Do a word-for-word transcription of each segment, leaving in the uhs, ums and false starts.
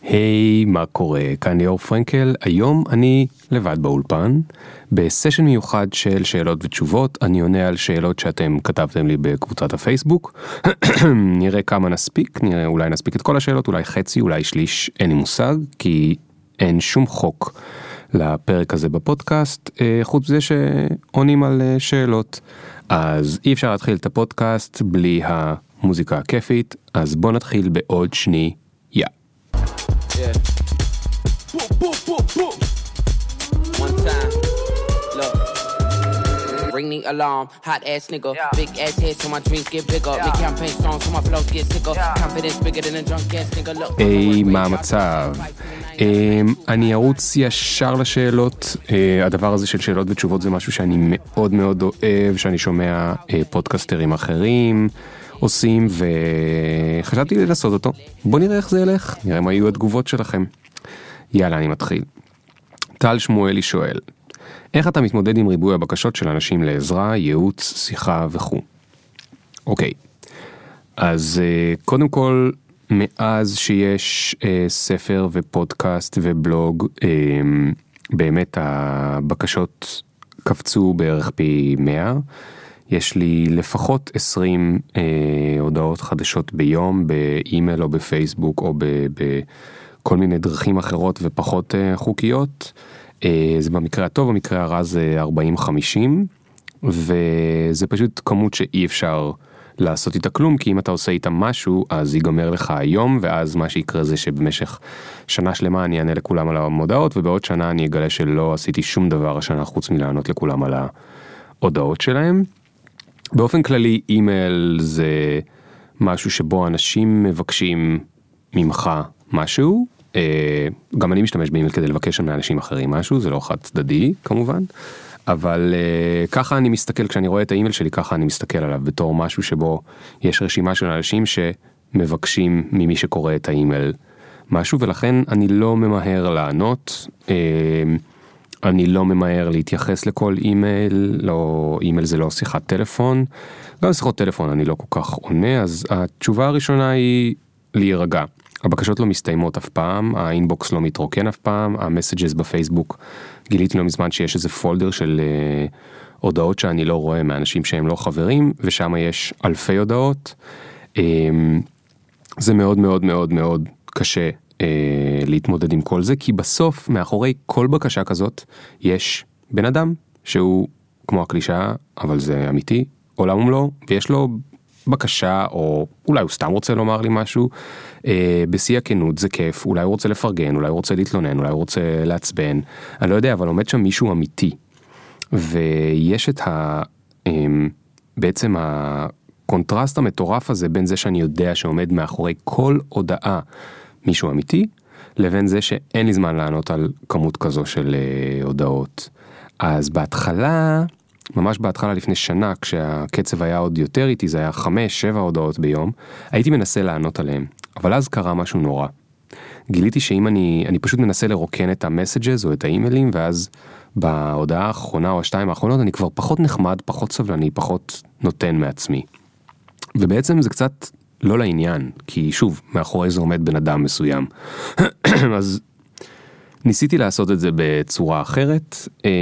היי, מה קורה? כאן ליאור פרנקל. היום אני לבד באולפן, בסשן מיוחד של שאלות ותשובות. אני עונה על שאלות שאתם כתבתם לי בקבוצת הפייסבוק. נראה כמה נספיק, נראה אולי נספיק את כל השאלות, אולי חצי, אולי שליש, אין לי מושג, כי אין שום חוק לפרק הזה בפודקאסט, חוץ מזה שעונים על שאלות. אז אי אפשר להתחיל את הפודקאסט בלי המוזיקה הכיפית, אז בוא נתחיל בעוד שני, יא. Yeah. Boom, boom, boom, boom. One time, look. Ring the alarm, hot ass nigga. Yeah. Big ass head so my dreams get bigger. Yeah. Big campaign strong so my flows get sicker. Yeah. Confidence bigger than a drunk ass nigga. Look. היי, מה המצב? אני ארוץ ישר לשאלות. הדבר הזה של שאלות ותשובות זה משהו שאני מאוד מאוד אוהב, שאני שומע פודקאסטרים אחרים עושים, וחשבתי לנסות אותו. בוא נראה איך זה ילך, נראה מה יהיו התגובות שלכם. יאללה, אני מתחיל. טל שמואלי שואל, איך אתה מתמודד עם ריבוי הבקשות של אנשים לעזרה, ייעוץ, שיחה וכו'? אוקיי, אז קודם כל, מאז שיש ספר ופודקאסט ובלוג, באמת הבקשות קפצו בערך פי מאה, יש לי לפחות עשרים אה, הודעות חדשות ביום, באימייל או בפייסבוק או בכל מיני דרכים אחרות ופחות אה, חוקיות. אה, זה במקרה הטוב, במקרה הרע זה ארבעים חמישים, וזה פשוט כמות שאי אפשר לעשות איתה כלום, כי אם אתה עושה איתה משהו, אז ייגמר לך היום, ואז מה שיקרה זה שבמשך שנה שלמה אני אענה לכולם על המודעות, ובעוד שנה אני אגלה שלא עשיתי שום דבר השנה חוץ מלענות לכולם על ההודעות שלהם. באופן כללי, אימייל זה משהו שבו אנשים מבקשים ממך משהו, גם אני משתמש באימייל כדי לבקש מאנשים אחרים משהו, זה לא חד צדדי כמובן, אבל ככה אני מסתכל, כשאני רואה את האימייל שלי, ככה אני מסתכל עליו בתור משהו שבו יש רשימה של אנשים שמבקשים ממי שקורא את האימייל משהו, ולכן אני לא ממהר לענות, אני לא ממהר להתייחס לכל אימייל, לא, אימייל זה לא שיחת טלפון, גם שיחות טלפון אני לא כל כך עונה, אז התשובה הראשונה היא להירגע. הבקשות לא מסתיימות אף פעם, האינבוקס לא מתרוקן אף פעם, המסג'ס בפייסבוק, גיליתי לא מזמן שיש איזה פולדר של uh, הודעות שאני לא רואה מאנשים שהם לא חברים, ושם יש אלפי הודעות. Um, זה מאוד מאוד מאוד מאוד קשה להתמודד עם כל זה, כי בסוף מאחורי כל בקשה כזאת יש בן אדם שהוא כמו הקלישה, אבל זה אמיתי, עולם ומלואו, ויש לו בקשה, או אולי הוא סתם רוצה לומר לי משהו, בשיא הכנות זה כיף, אולי הוא רוצה לפרגן, אולי הוא רוצה להתלונן, אולי הוא רוצה לעצבן, אני לא יודע, אבל עומד שם מישהו אמיתי, ויש את ה... בעצם הקונטרסט המטורף הזה בין זה שאני יודע שעומד מאחורי כל הודעה מישהו אמיתי, לבין זה שאין לי זמן לענות על כמות כזו של uh, הודעות. אז בהתחלה, ממש בהתחלה לפני שנה, כשהקצב היה עוד יותר איתי, זה היה חמש, שבע הודעות ביום, הייתי מנסה לענות עליהם, אבל אז קרה משהו נורא. גיליתי שאם אני, אני פשוט מנסה לרוקן את המסג'ז או את האימיילים, ואז בהודעה האחרונה או השתיים האחרונות, אני כבר פחות נחמד, פחות סבלני, פחות נותן מעצמי. ובעצם זה קצת לא לעניין, כי שוב, מאחורי זה עומד בן אדם מסוים. אז ניסיתי לעשות את זה בצורה אחרת.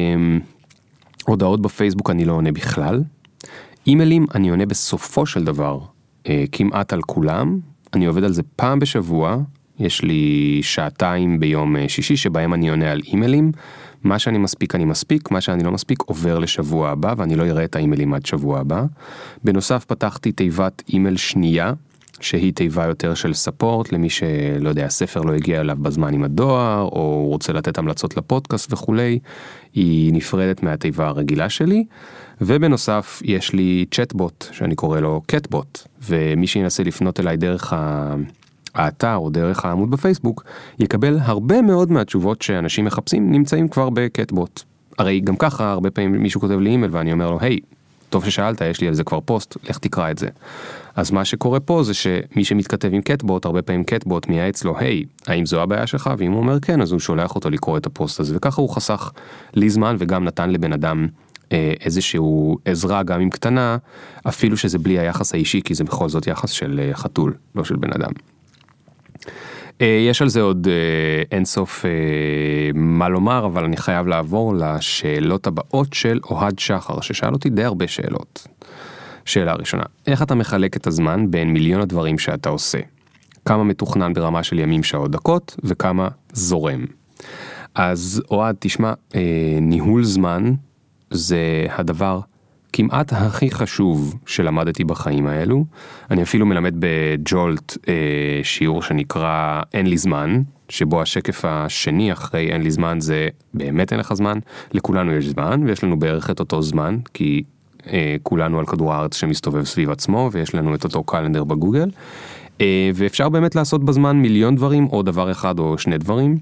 הודעות בפייסבוק אני לא עונה בכלל. אימיילים אני עונה בסופו של דבר, כמעט על כולם. אני עובד על זה פעם בשבוע. יש לי שעתיים ביום שישי שבהם אני עונה על אימיילים. מה שאני מספיק אני מספיק, מה שאני לא מספיק עובר לשבוע הבא, ואני לא אראה את האימיילים עד שבוע הבא. בנוסף פתחתי תיבת אימייל שנייה, שהיא תיבה יותר של ספורט, למי שלא יודע, הספר לא הגיע אליו בזמן עם הדואר, או רוצה לתת המלצות לפודקאסט וכולי, היא נפרדת מהתיבה הרגילה שלי, ובנוסף יש לי צ'טבוט, שאני קורא לו קטבוט, ומי שינסה לפנות אליי דרך ה... האתר או דרך העמוד בפייסבוק, יקבל הרבה מאוד מהתשובות שאנשים מחפשים, נמצאים כבר בקטבוט. הרי גם ככה, הרבה פעמים מישהו כותב לי אימייל, ואני אומר לו, היי, טוב ששאלת, יש לי על זה כבר פוסט, לך תקרא את זה. אז מה שקורה פה זה שמי שמתכתב עם קטבוט, הרבה פעמים קטבוט מייעץ לו, היי, האם זו הבעיה שלך? ואם הוא אומר כן, אז הוא שולח אותו לקרוא את הפוסט הזה, וככה הוא חסך לי זמן, וגם נתן לבן אדם אה, איזשהו עזרה, גם אם קטנה, אפילו שזה בלי היחס האישי, כי זה בכל זאת יחס של אה, חתול, לא של בן אדם. יש על זה עוד אינסוף מה לומר, אבל אני חייב לעבור לשאלות הבאות של אוהד שחר, ששאל אותי די הרבה שאלות. שאלה ראשונה, איך אתה מחלק את הזמן בין מיליון הדברים שאתה עושה? כמה מתוכנן ברמה של ימים, שעות, דקות, וכמה זורם? אז אוהד, תשמע, ניהול זמן זה הדבר כמעט הכי חשוב שלמדתי בחיים האלו. אני אפילו מלמד בג'ולט שיעור שנקרא אין לי זמן, שבו השקף השני אחרי אין לי זמן זה באמת אין לך זמן. לכולנו יש זמן, ויש לנו בערך את אותו זמן, כי כולנו על כדור הארץ שמסתובב סביב עצמו, ויש לנו את אותו קלנדר בגוגל, ואפשר באמת לעשות בזמן מיליון דברים, או דבר אחד או שני דברים,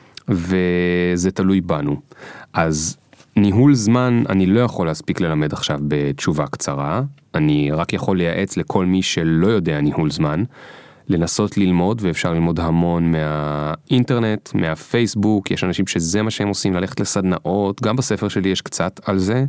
וזה תלוי בנו. אז ניהול זמן אני לא יכול להספיק ללמד עכשיו בתשובה קצרה, אני רק יכול לייעץ לכל מי שלא יודע ניהול זמן, לנסות ללמוד, ואפשר ללמוד המון מהאינטרנט, מהפייסבוק, יש אנשים שזה מה שהם עושים, ללכת לסדנאות, גם בספר שלי יש קצת על זה,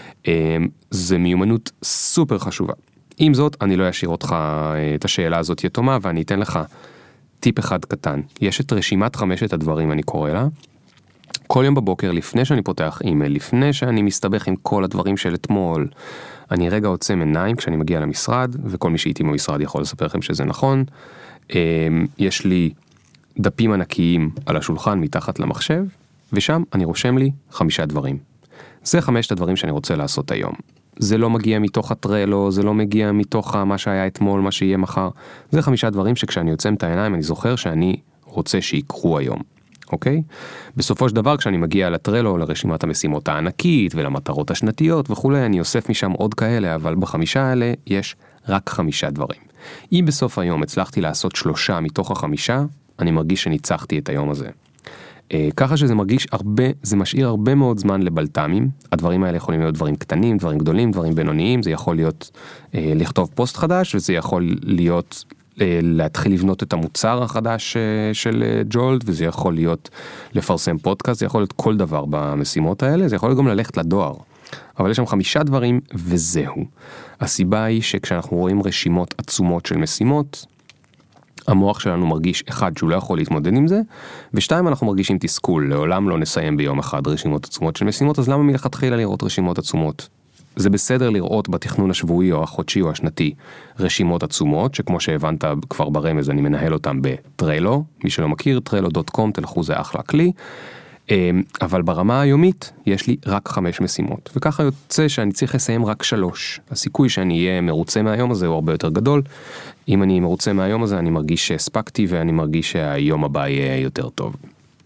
זה מיומנות סופר חשובה. עם זאת, אני לא אשאיר אותך את השאלה הזאת יתומה, ואני אתן לך טיפ אחד קטן. יש את רשימת חמשת הדברים, אני קורא לה. כל יום בבוקר, לפני שאני פותח אימייל, לפני שאני מסתבך עם כל הדברים של אתמול, אני רגע עוצם עיניים כשאני מגיע למשרד, וכל מי שאיתי במשרד יכול לספר לכם שזה נכון. יש לי דפים ענקיים על השולחן מתחת למחשב, ושם אני רושם לי חמישה דברים. זה חמשת הדברים שאני רוצה לעשות היום. זה לא מגיע מתוך הטרלו, זה לא מגיע מתוך מה שהיה אתמול, מה שיהיה מחר. זה חמישה דברים שכשאני יוצא את העיניים אני זוכר שאני רוצה שיקרו היום. אוקיי? בסופו של דבר כשאני מגיע לטרלו, לרשימת המשימות הענקית ולמטרות השנתיות וכולי, אני אוסף משם עוד כאלה, אבל בחמישה האלה יש רק חמישה דברים. אם בסוף היום הצלחתי לעשות שלושה מתוך החמישה, אני מרגיש שניצחתי את היום הזה. ככה שזה מרגיש הרבה, זה משאיר הרבה מאוד זמן לבלת"מים. הדברים האלה יכולים להיות דברים קטנים, דברים גדולים, דברים בינוניים, זה יכול להיות אה, לכתוב פוסט חדש, וזה יכול להיות אה, להתחיל לבנות את המוצר החדש אה, של אה, ג'ולט, וזה יכול להיות לפרסם פודקאסט, זה יכול להיות כל דבר במשימות האלה, זה יכול להיות גם ללכת לדואר. אבל יש שם חמישה דברים, וזהו. הסיבה היא שכשאנחנו רואים רשימות עצומות של משימות, המוח שלנו מרגיש אחד שהוא לא יכול להתמודד עם זה, ושתיים אנחנו מרגישים תסכול, לעולם לא נסיים ביום אחד רשימות עצומות של משימות, אז למה מלכתחילה לראות רשימות עצומות? זה בסדר לראות בתכנון השבועי או החודשי או השנתי רשימות עצומות, שכמו שהבנת כבר ברמז אני מנהל אותם בטרלו, מי שלא מכיר, טרלו דוט קום, תלכו זה אחלה כלי, אבל ברמה היומית יש לי רק חמש משימות, וככה יוצא שאני צריך לסיים רק שלוש. הסיכוי שאני אהיה מרוצה מהיום הזה הוא הרבה יותר גדול. אם אני מרוצה מהיום הזה אני מרגיש שהספקתי ואני מרגיש שהיום הבא יהיה יותר טוב.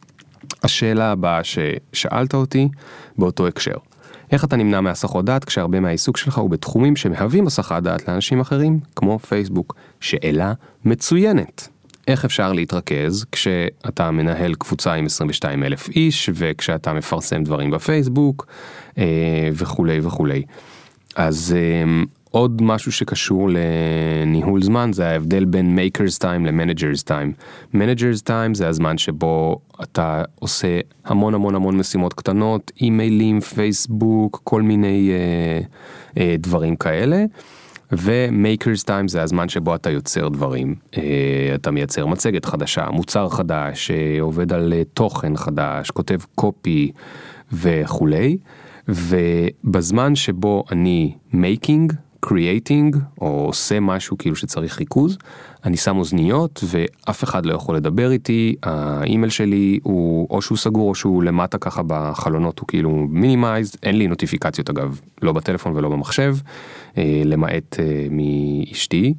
השאלה הבאה ששאלת אותי באותו הקשר, איך אתה נמנע מהסחות דעת כשהרבה מהעיסוק שלך הוא בתחומים שמהווים הסחת דעת לאנשים אחרים כמו פייסבוק? שאלה מצוינת. איך אפשר להתרכז כשאתה מנהל קבוצה עם עשרים ושניים אלף איש, וכשאתה מפרסם דברים בפייסבוק, וכולי וכולי. אז עוד משהו שקשור לניהול זמן, זה ההבדל בין makers time ל-managers time. managers time זה הזמן שבו אתה עושה המון המון המון משימות קטנות, אימיילים, פייסבוק, כל מיני דברים כאלה. ו-makers time זה הזמן שבו אתה יוצר דברים, אתה מייצר מצגת חדשה, מוצר חדש, עובד על תוכן חדש, כותב קופי וכולי, ובזמן שבו אני making, creating, או עושה משהו כאילו שצריך ריכוז, אני שם אוזניות ואף אחד לא יכול לדבר איתי, האימייל שלי הוא או שהוא סגור או שהוא למטה ככה בחלונות, הוא כאילו מינימייזד, אין לי נוטיפיקציות אגב, לא בטלפון ולא במחשב, למעט מאשתי,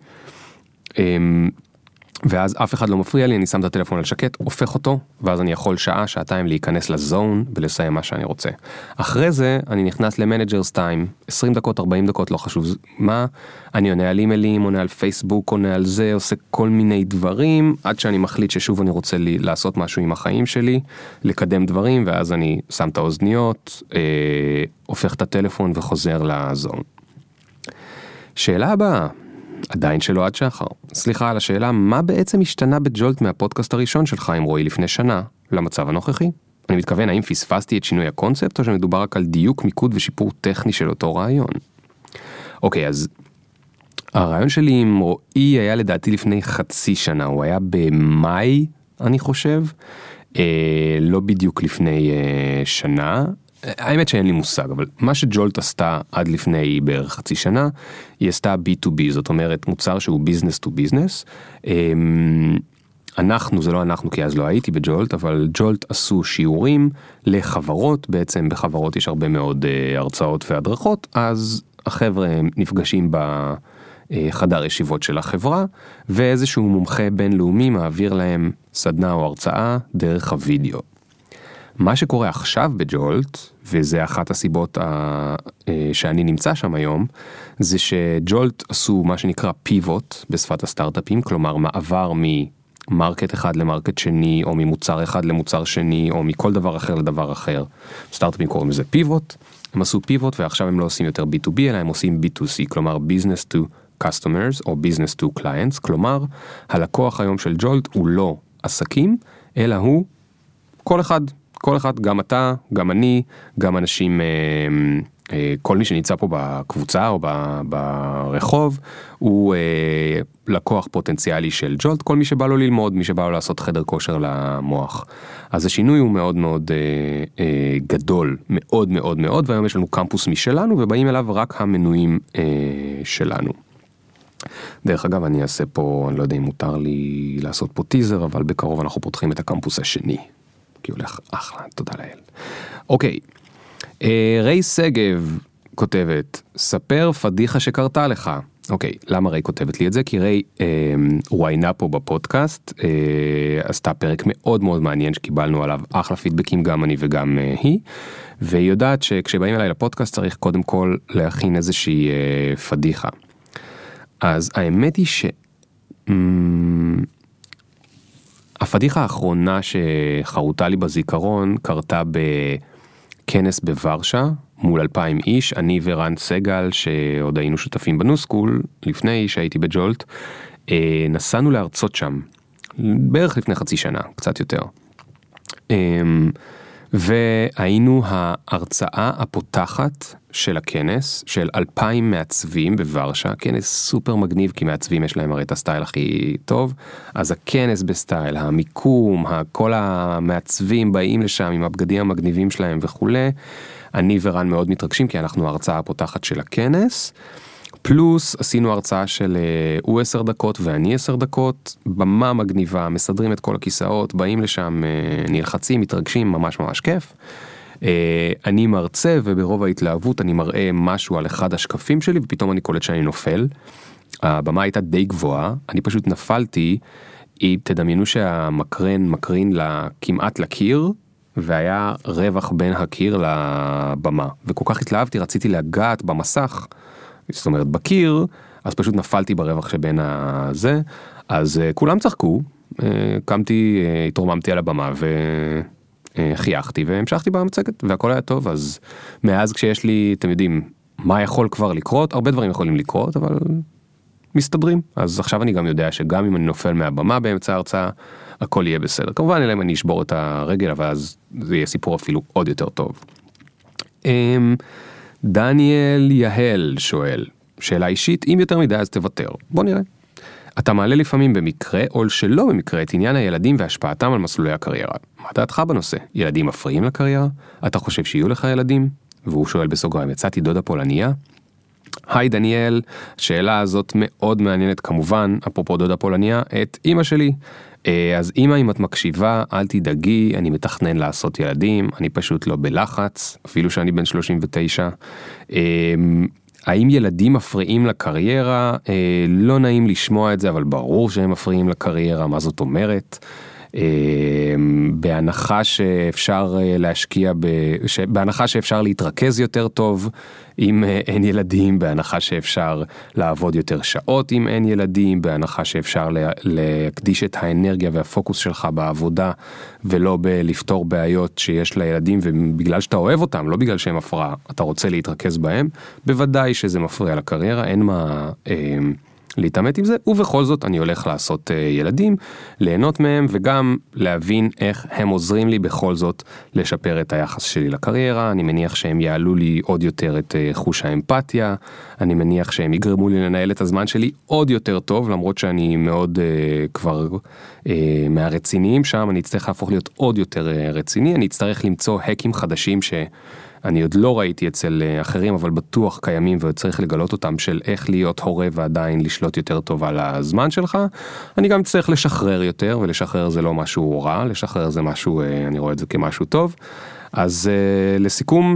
ואז אף אחד לא מפריע לי, אני שם את הטלפון על שקט, הופך אותו, ואז אני יכול שעה, שעתיים להיכנס לזון ולסיים מה שאני רוצה. אחרי זה אני נכנס למנג'רס טיים, עשרים דקות, ארבעים דקות, לא חשוב מה, אני עונה על אימיילים, עונה על פייסבוק, עונה על זה, עושה כל מיני דברים, עד שאני מחליט ששוב אני רוצה לי, לעשות משהו עם החיים שלי, לקדם דברים, ואז אני שם את האוזניות, אה, הופך את הטלפון וחוזר לזון. שאלה הבאה, עדיין שלא עד שחר. סליחה על השאלה, מה בעצם השתנה בג'ולט מהפודקאסט הראשון שלך עם רועי לפני שנה למצב הנוכחי? אני מתכוון, האם פספסתי את שינוי הקונספט, או שמדובר רק על דיוק, מיקוד ושיפור טכני של אותו רעיון? אוקיי, אז הרעיון שלי עם רועי היה לדעתי לפני חצי שנה, הוא היה במאי אני חושב, לא בדיוק לפני שנה, האמת שאין לי מושג, אבל מה שג'ולט עשתה עד לפני בערך חצי שנה, היא עשתה בי טו בי, זאת אומרת מוצר שהוא ביזנס טו ביזנס. אנחנו, זה לא אנחנו כי אז לא הייתי בג'ולט, אבל ג'ולט עשו שיעורים לחברות, בעצם בחברות יש הרבה מאוד הרצאות והדרכות, אז החבר'ה נפגשים בחדר ישיבות של החברה, ואיזשהו מומחה בינלאומי מעביר להם סדנה או הרצאה דרך הוידאו. מה שקורה עכשיו בג'ולט, וזה אחת הסיבות שאני נמצא שם היום, זה שג'ולט עשו מה שנקרא פיבוט בשפת הסטארט-אפים, כלומר מעבר ממרקט אחד למרקט שני, או ממוצר אחד למוצר שני, או מכל דבר אחר לדבר אחר. סטארט-אפים קוראים לזה פיבוט, הם עשו פיבוט ועכשיו הם לא עושים יותר בי טו בי, אלא הם עושים בי טו סי, כלומר Business to Customers, או Business to Clients, כלומר הלקוח היום של ג'ולט הוא לא עסקים, אלא הוא כל אחד, כל אחד, גם אתה, גם אני, גם אנשים, כל מי שנמצא פה בקבוצה או ברחוב, הוא לקוח פוטנציאלי של ג'ולט, כל מי שבא לו ללמוד, מי שבא לו לעשות חדר כושר למוח. אז השינוי הוא מאוד מאוד גדול, מאוד מאוד מאוד, והיום יש לנו קמפוס משלנו, ובאים אליו רק המנויים שלנו. דרך אגב, אני אעשה פה, אני לא יודע אם מותר לי לעשות פה טיזר, אבל בקרוב אנחנו פותחים את הקמפוס השני. כי הולך אחלה, תודה לאל. אוקיי, ריי סגב כותבת, ספר פדיחה שקרתה לך. אוקיי, למה ריי כותבת לי את זה? כי ריי רואיינה פה בפודקאסט, עשתה פרק מאוד מאוד מעניין שקיבלנו עליו אחלה פידבקים, גם אני וגם היא, והיא יודעת שכשבאים אליי לפודקאסט צריך קודם כל להכין איזושהי פדיחה. אז האמת היא ש... הפדיחה האחרונה שחרותה לי בזיכרון קרתה בכנס בוורשה מול אלפיים איש, אני ורן סגל שעוד היינו שותפים בנוסקול לפני שהייתי בג'ולט, נסענו להרצות שם בערך לפני חצי שנה, קצת יותר. והיינו ההרצאה הפותחת של הכנס, של אלפיים מעצבים בוורשה, כנס סופר מגניב, כי מעצבים יש להם הרי את הסטייל הכי טוב, אז הכנס בסטייל, המיקום, כל המעצבים באים לשם עם הבגדים המגניבים שלהם וכו'. אני ורן מאוד מתרגשים, כי אנחנו ההרצאה הפותחת של הכנס, פלוס עשינו הרצאה של הוא עשר דקות ואני עשר דקות, במה מגניבה, מסדרים את כל הכיסאות, באים לשם, נלחצים, מתרגשים, ממש ממש כיף. אני מרצה וברוב ההתלהבות אני מראה משהו על אחד השקפים שלי, ופתאום אני קולט שאני נופל. הבמה הייתה די גבוהה, אני פשוט נפלתי, תדמיינו שהמקרן מקרין לה, כמעט לקיר, והיה רווח בין הקיר לבמה, וכל כך התלהבתי, רציתי לגעת במסך, זאת אומרת בקיר, אז פשוט נפלתי ברווח שבין הזה, אז כולם צחקו, קמתי, התרוממתי על הבמה וחייכתי והמשכתי במצגת והכל היה טוב. אז מאז כשיש לי, אתם יודעים, מה יכול כבר לקרות, הרבה דברים יכולים לקרות, אבל מסתדרים. אז עכשיו אני גם יודע שגם אם אני נופל מהבמה באמצע ההרצאה, הכל יהיה בסדר. כמובן אלא אם אני אשבור את הרגל, אבל אז זה יהיה סיפור אפילו עוד יותר טוב. דניאל יהל שואל, שאלה אישית, אם יותר מדי אז תוותר. בוא נראה. אתה מעלה לפעמים במקרה או שלא במקרה את עניין הילדים והשפעתם על מסלולי הקריירה. מה דעתך בנושא? ילדים מפריעים לקריירה? אתה חושב שיהיו לך ילדים? והוא שואל בסוגריים, יצאתי דודה פולניה? היי דניאל, שאלה הזאת מאוד מעניינת כמובן, אפרופו דודה פולניה, את אמא שלי. אז אמא, אם את מקשיבה, אל תדאגי, אני מתכנן לעשות ילדים, אני פשוט לא בלחץ, אפילו שאני בן שלושים ותשע. האם ילדים מפריעים לקריירה? לא נעים לשמוע את זה, אבל ברור שהם מפריעים לקריירה, מה זאת אומרת? בהנחה שאפשר להשקיע, בהנחה שאפשר להתרכז יותר טוב אם אין ילדים, בהנחה שאפשר לעבוד יותר שעות אם אין ילדים, בהנחה שאפשר להקדיש את האנרגיה והפוקוס שלך בעבודה ולא בלפתור בעיות שיש לילדים, ובגלל שאתה אוהב אותם, לא בגלל שהם הפרעה, אתה רוצה להתרכז בהם, בוודאי שזה מפריע לקריירה, אין מה להתאמת עם זה, ובכל זאת אני הולך לעשות ילדים, ליהנות מהם, וגם להבין איך הם עוזרים לי בכל זאת לשפר את היחס שלי לקריירה. אני מניח שהם יעלו לי עוד יותר את חוש האמפתיה, אני מניח שהם יגרמו לי לנהל את הזמן שלי עוד יותר טוב, למרות שאני מאוד uh, כבר uh, מהרציניים שם, אני אצטרך להפוך להיות עוד יותר uh, רציני, אני אצטרך למצוא הקים חדשים ש... אני עוד לא ראיתי אצל אחרים, אבל בטוח קיימים וצריך לגלות אותם של איך להיות הורה ועדיין לשלוט יותר טוב על הזמן שלך. אני גם צריך לשחרר יותר, ולשחרר זה לא משהו רע, לשחרר זה משהו, אני רואה את זה כמשהו טוב. אז לסיכום,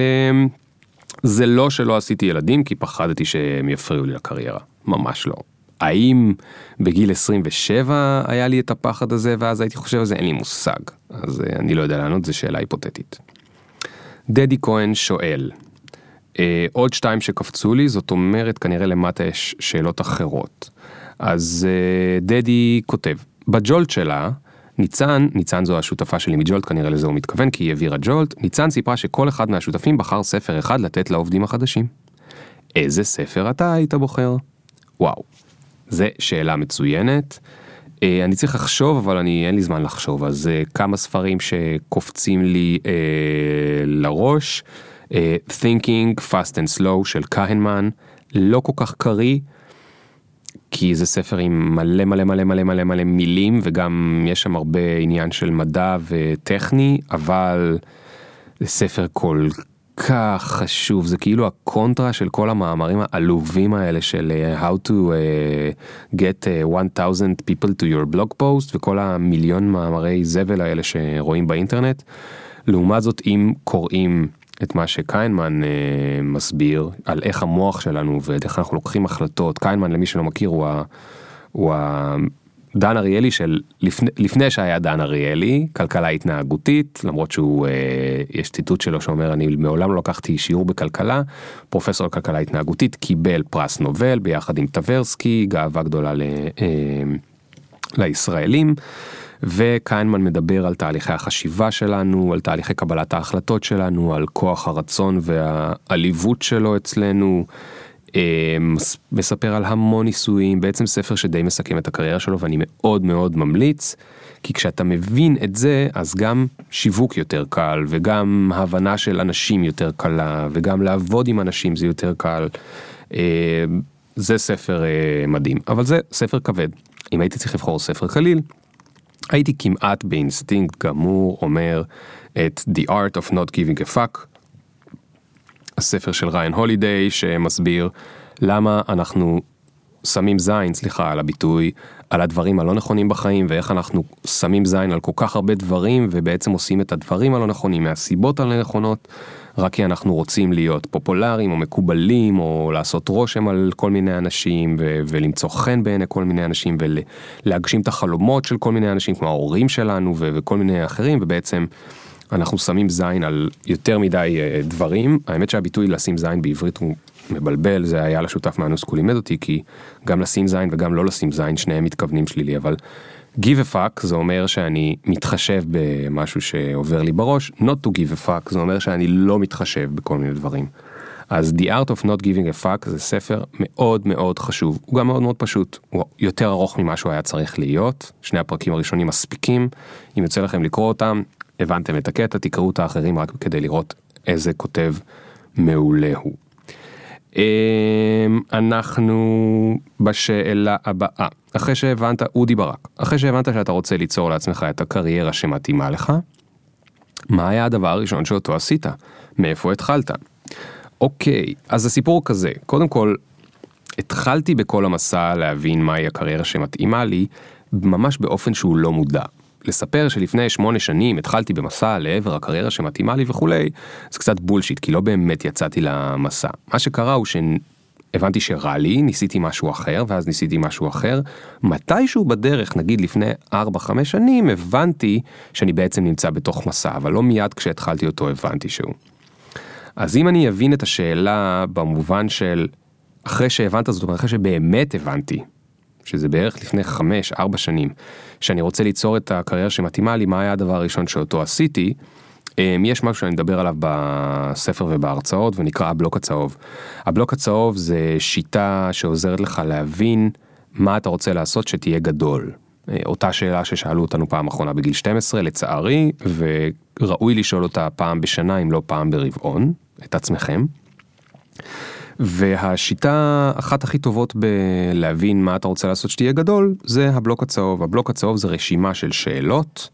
זה לא שלא עשיתי ילדים, כי פחדתי שהם יפריעו לי לקריירה. ממש לא. האם בגיל עשרים ושבע היה לי את הפחד הזה, ואז הייתי חושב על זה, אין לי מושג. אז אני לא יודע לענות, זו שאלה היפותטית. דדי כהן שואל, אה, עוד שתיים שקפצו לי, זאת אומרת כנראה למטה יש שאלות אחרות. אז אה, דדי כותב, בג'ולט שלה, ניצן, ניצן זו השותפה שלי מג'ולט, כנראה לזה הוא מתכוון, כי היא העבירה ג'ולט, ניצן סיפרה שכל אחד מהשותפים בחר ספר אחד לתת לעובדים החדשים. איזה ספר אתה היית בוחר? וואו, זה שאלה מצוינת. אני צריך לחשוב, אבל אני, אין לי זמן לחשוב, אז כמה ספרים שקופצים לי אה, לראש, אה, Thinking Fast and Slow של כהנמן, לא כל כך קרי, כי זה ספר עם מלא מלא מלא מלא מלא מלא מילים, וגם יש שם הרבה עניין של מדע וטכני, אבל זה ספר כל כך חשוב, זה כאילו הקונטרה של כל המאמרים העלובים האלה של how to uh, get uh, one thousand people to your blog post, וכל המיליון מאמרי זבל האלה שרואים באינטרנט. לעומת זאת, אם קוראים את מה שקיינמן uh, מסביר, על איך המוח שלנו ואיך אנחנו לוקחים החלטות, קיינמן, למי שלא מכיר, הוא ה... הוא ה דן אריאלי של לפני, לפני שהיה דן אריאלי, כלכלה התנהגותית, למרות שהוא, אה, יש ציטוט שלו שאומר, אני מעולם לא לקחתי שיעור בכלכלה, פרופסור לכלכלה התנהגותית, קיבל פרס נובל ביחד עם טברסקי, גאווה גדולה ל, אה, לישראלים, וקיינמן מדבר על תהליכי החשיבה שלנו, על תהליכי קבלת ההחלטות שלנו, על כוח הרצון והעליבות שלו אצלנו, מספר על המון ניסויים, בעצם ספר שדי מסכם את הקריירה שלו, ואני מאוד מאוד ממליץ, כי כשאתה מבין את זה, אז גם שיווק יותר קל, וגם הבנה של אנשים יותר קלה, וגם לעבוד עם אנשים זה יותר קל. זה ספר מדהים, אבל זה ספר כבד. אם הייתי צריך לבחור ספר קליל, הייתי כמעט באינסטינקט גמור אומר את The Art of Not Giving a Fuck, הספר של ריין הולידיי, שמסביר למה אנחנו שמים זין, סליחה על הביטוי, על הדברים הלא נכונים בחיים, ואיך אנחנו שמים זין על כל כך הרבה דברים, ובעצם עושים את הדברים הלא נכונים, מהסיבות הלא נכונות, רק כי אנחנו רוצים להיות פופולריים, או מקובלים, או לעשות רושם על כל מיני אנשים, ו- ולמצוא חן בעיני כל מיני אנשים, ולהגשים את החלומות של כל מיני אנשים, כמו ההורים שלנו, ו- וכל מיני אחרים, ובעצם אנחנו שמים זין על יותר מדי דברים. האמת שהביטוי לשים זין בעברית הוא מבלבל, זה היה לשותף מהנוסקו לימד אותי, כי גם לשים זין וגם לא לשים זין, שניהם מתכוונים שלילי, אבל give a fuck זה אומר שאני מתחשב במשהו שעובר לי בראש, not to give a fuck זה אומר שאני לא מתחשב בכל מיני דברים. אז The Art of Not Giving a Fuck זה ספר מאוד מאוד חשוב, הוא גם מאוד מאוד פשוט, הוא יותר ארוך ממה שהוא היה צריך להיות, שני הפרקים הראשונים מספיקים, אם יוצא לכם לקרוא אותם, הבנתם את הקטע, תקראו את האחרים רק כדי לראות איזה כותב מעולה הוא. אנחנו בשאלה הבאה, אחרי שהבנת, אודי ברק, אחרי שהבנת שאתה רוצה ליצור לעצמך את הקריירה שמתאימה לך, מה היה הדבר הראשון שאותו עשית? מאיפה התחלת? אוקיי, אז הסיפור כזה, קודם כל, התחלתי בכל המסע להבין מהי הקריירה שמתאימה לי, ממש באופן שהוא לא מודע. לספר שלפני שמונה שנים התחלתי במסע לעבר הקריירה שמתאימה לי וכולי, זה קצת בולשיט, כי לא באמת יצאתי למסע. מה שקרה הוא שהבנתי שרע לי, ניסיתי משהו אחר, ואז ניסיתי משהו אחר. מתישהו בדרך, נגיד לפני ארבע חמש שנים, הבנתי שאני בעצם נמצא בתוך מסע, אבל לא מיד כשהתחלתי אותו הבנתי שהוא. אז אם אני אבין את השאלה במובן של אחרי שהבנת זאת, אחרי שבאמת הבנתי, שזה בערך לפני חמש, ארבע שנים, שאני רוצה ליצור את הקריירה שמתאימה לי, מה היה הדבר הראשון שאותו עשיתי, יש משהו שאני מדבר עליו בספר ובהרצאות, ונקרא הבלוק הצהוב. הבלוק הצהוב זה שיטה שעוזרת לך להבין מה אתה רוצה לעשות שתהיה גדול. אותה שאלה ששאלו אותנו פעם אחרונה בגיל שתים עשרה, לצערי, וראוי לשאול אותה פעם בשנה, אם לא פעם ברבעון, את עצמכם. והשיטה אחת הכי טובות בלהבין מה אתה רוצה לעשות שתהיה גדול, זה הבלוק הצהוב. הבלוק הצהוב זה רשימה של שאלות,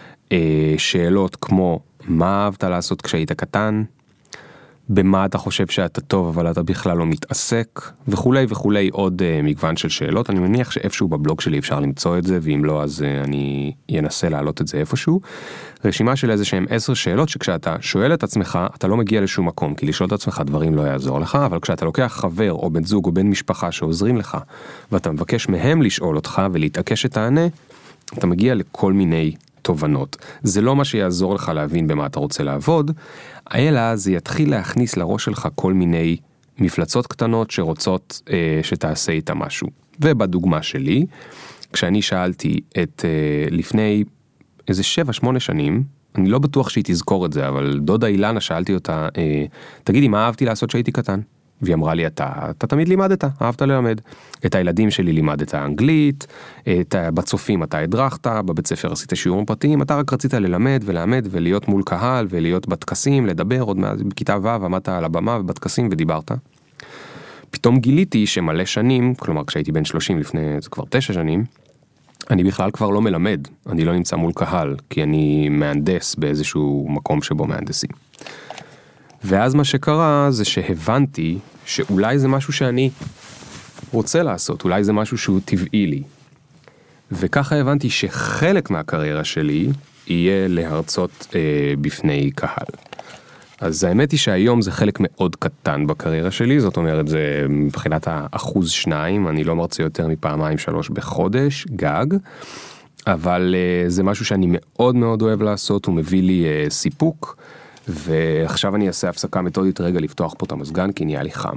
שאלות כמו מה אהבת לעשות כשהיית קטן, במה אתה חושב שאתה טוב אבל אתה בכלל לא מתעסק, וכולי וכולי, עוד uh, מגוון של שאלות. אני מניח שאיפשהו בבלוג שלי אפשר למצוא את זה, ואם לא אז uh, אני אנסה להעלות את זה איפשהו. רשימה של איזה שהם עשר שאלות שכשאתה שואל את עצמך אתה לא מגיע לשום מקום, כי לשאול את עצמך דברים לא יעזור לך, אבל כשאתה לוקח חבר או בן זוג או בן משפחה שעוזרים לך, ואתה מבקש מהם לשאול אותך ולהתעקש שתענה, אתה מגיע לכל מיני תובנות. זה לא מה שיעזור לך להבין במה אתה רוצה לעבוד, אלא זה יתחיל להכניס לראש שלך כל מיני מפלצות קטנות שרוצות אה, שתעשה איתה משהו. ובדוגמה שלי, כשאני שאלתי את אה, לפני איזה שבע, שמונה שנים, אני לא בטוח שהיא תזכור את זה, אבל דודה אילנה שאלתי אותה, אה, תגידי, מה אהבתי לעשות שהייתי קטן? והיא אמרה לי, אתה, אתה תמיד לימדת, אהבת ללמד. את הילדים שלי לימדת אנגלית, את, בצופים אתה הדרכת, בבית ספר עשית שיעורים פרטיים, אתה רק רצית ללמד וללמד ולהיות מול קהל ולהיות בתקסים, לדבר, עוד בכיתה ו' עמדת על הבמה ובתקסים ודיברת. פתאום גיליתי שמלא שנים, כלומר כשהייתי בן שלושים לפני, זה כבר תשע שנים, אני בכלל כבר לא מלמד, אני לא נמצא מול קהל, כי אני מהנדס באיזשהו מקום שבו מהנדסים. ואז מה שקרה זה שהבנתי שאולי זה משהו שאני רוצה לעשות, אולי זה משהו שהוא טבעי לי. וככה הבנתי שחלק מהקריירה שלי יהיה להרצות אה, בפני קהל. אז האמת היא שהיום זה חלק מאוד קטן בקריירה שלי, זאת אומרת זה מבחינת האחוז שניים, אני לא מרצה יותר מפעמיים שלוש בחודש, גג, אבל אה, זה משהו שאני מאוד מאוד אוהב לעשות, הוא מביא לי אה, סיפוק, ועכשיו אני אעשה הפסקה מתודית רגע לפתוח פה את המזגן, כי נהיה לי חם.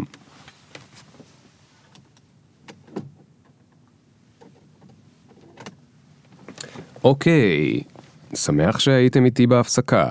אוקיי, שמח שהייתם איתי בהפסקה.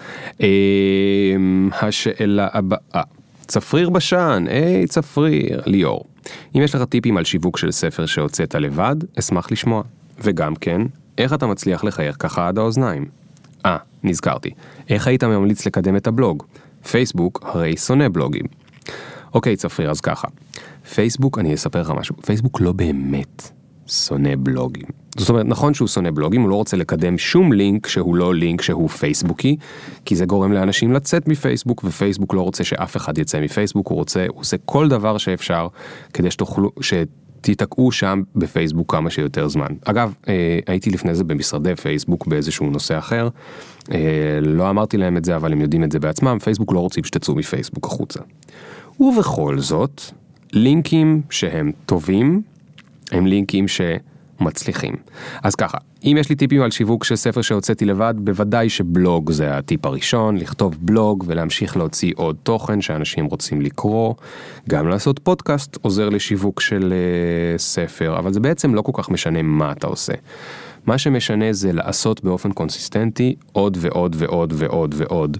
השאלה הבאה, צפריר בשן, היי צפריר, ליאור. אם יש לך טיפים על שיווק של ספר שהוצאת לבד, אשמח לשמוע. וגם כן, איך אתה מצליח לחייך ככה עד האוזניים? אה, נזכרתי. איך היית ממליץ לקדם את הבלוג? פייסבוק הרי שונא בלוגים. אוקיי, צפריר, אז ככה. פייסבוק, אני אספר לך משהו. פייסבוק לא באמת שונא בלוגים. זאת אומרת, נכון שהוא שונא בלוגים, הוא לא רוצה לקדם שום לינק שהוא לא לינק שהוא פייסבוקי, כי זה גורם לאנשים לצאת מפייסבוק, ופייסבוק לא רוצה שאף אחד יצא מפייסבוק, הוא רוצה, הוא עושה כל דבר שאפשר כדי שתוכלו, שתתקעו שם בפייסבוק כמה שיותר זמן. אגב, הייתי לפני זה במשרדי פייסבוק באיזשהו נושא אחר, לא אמרתי להם את זה, אבל הם יודעים את זה בעצמם, פייסבוק לא רוצים שתצאו מפייסבוק החוצה. ובכל זאת, לינקים שהם טובים, הם לינקים שמצליחים. אז ככה, אם יש לי טיפים על שיווק של ספר שהוצאתי לבד, בוודאי שבלוג זה הטיפ הראשון, לכתוב בלוג ולהמשיך להוציא עוד תוכן שאנשים רוצים לקרוא, גם לעשות פודקאסט עוזר לשיווק של uh, ספר, אבל זה בעצם לא כל כך משנה מה אתה עושה. מה שמשנה זה לעשות באופן קונסיסטנטי עוד ועוד ועוד ועוד ועוד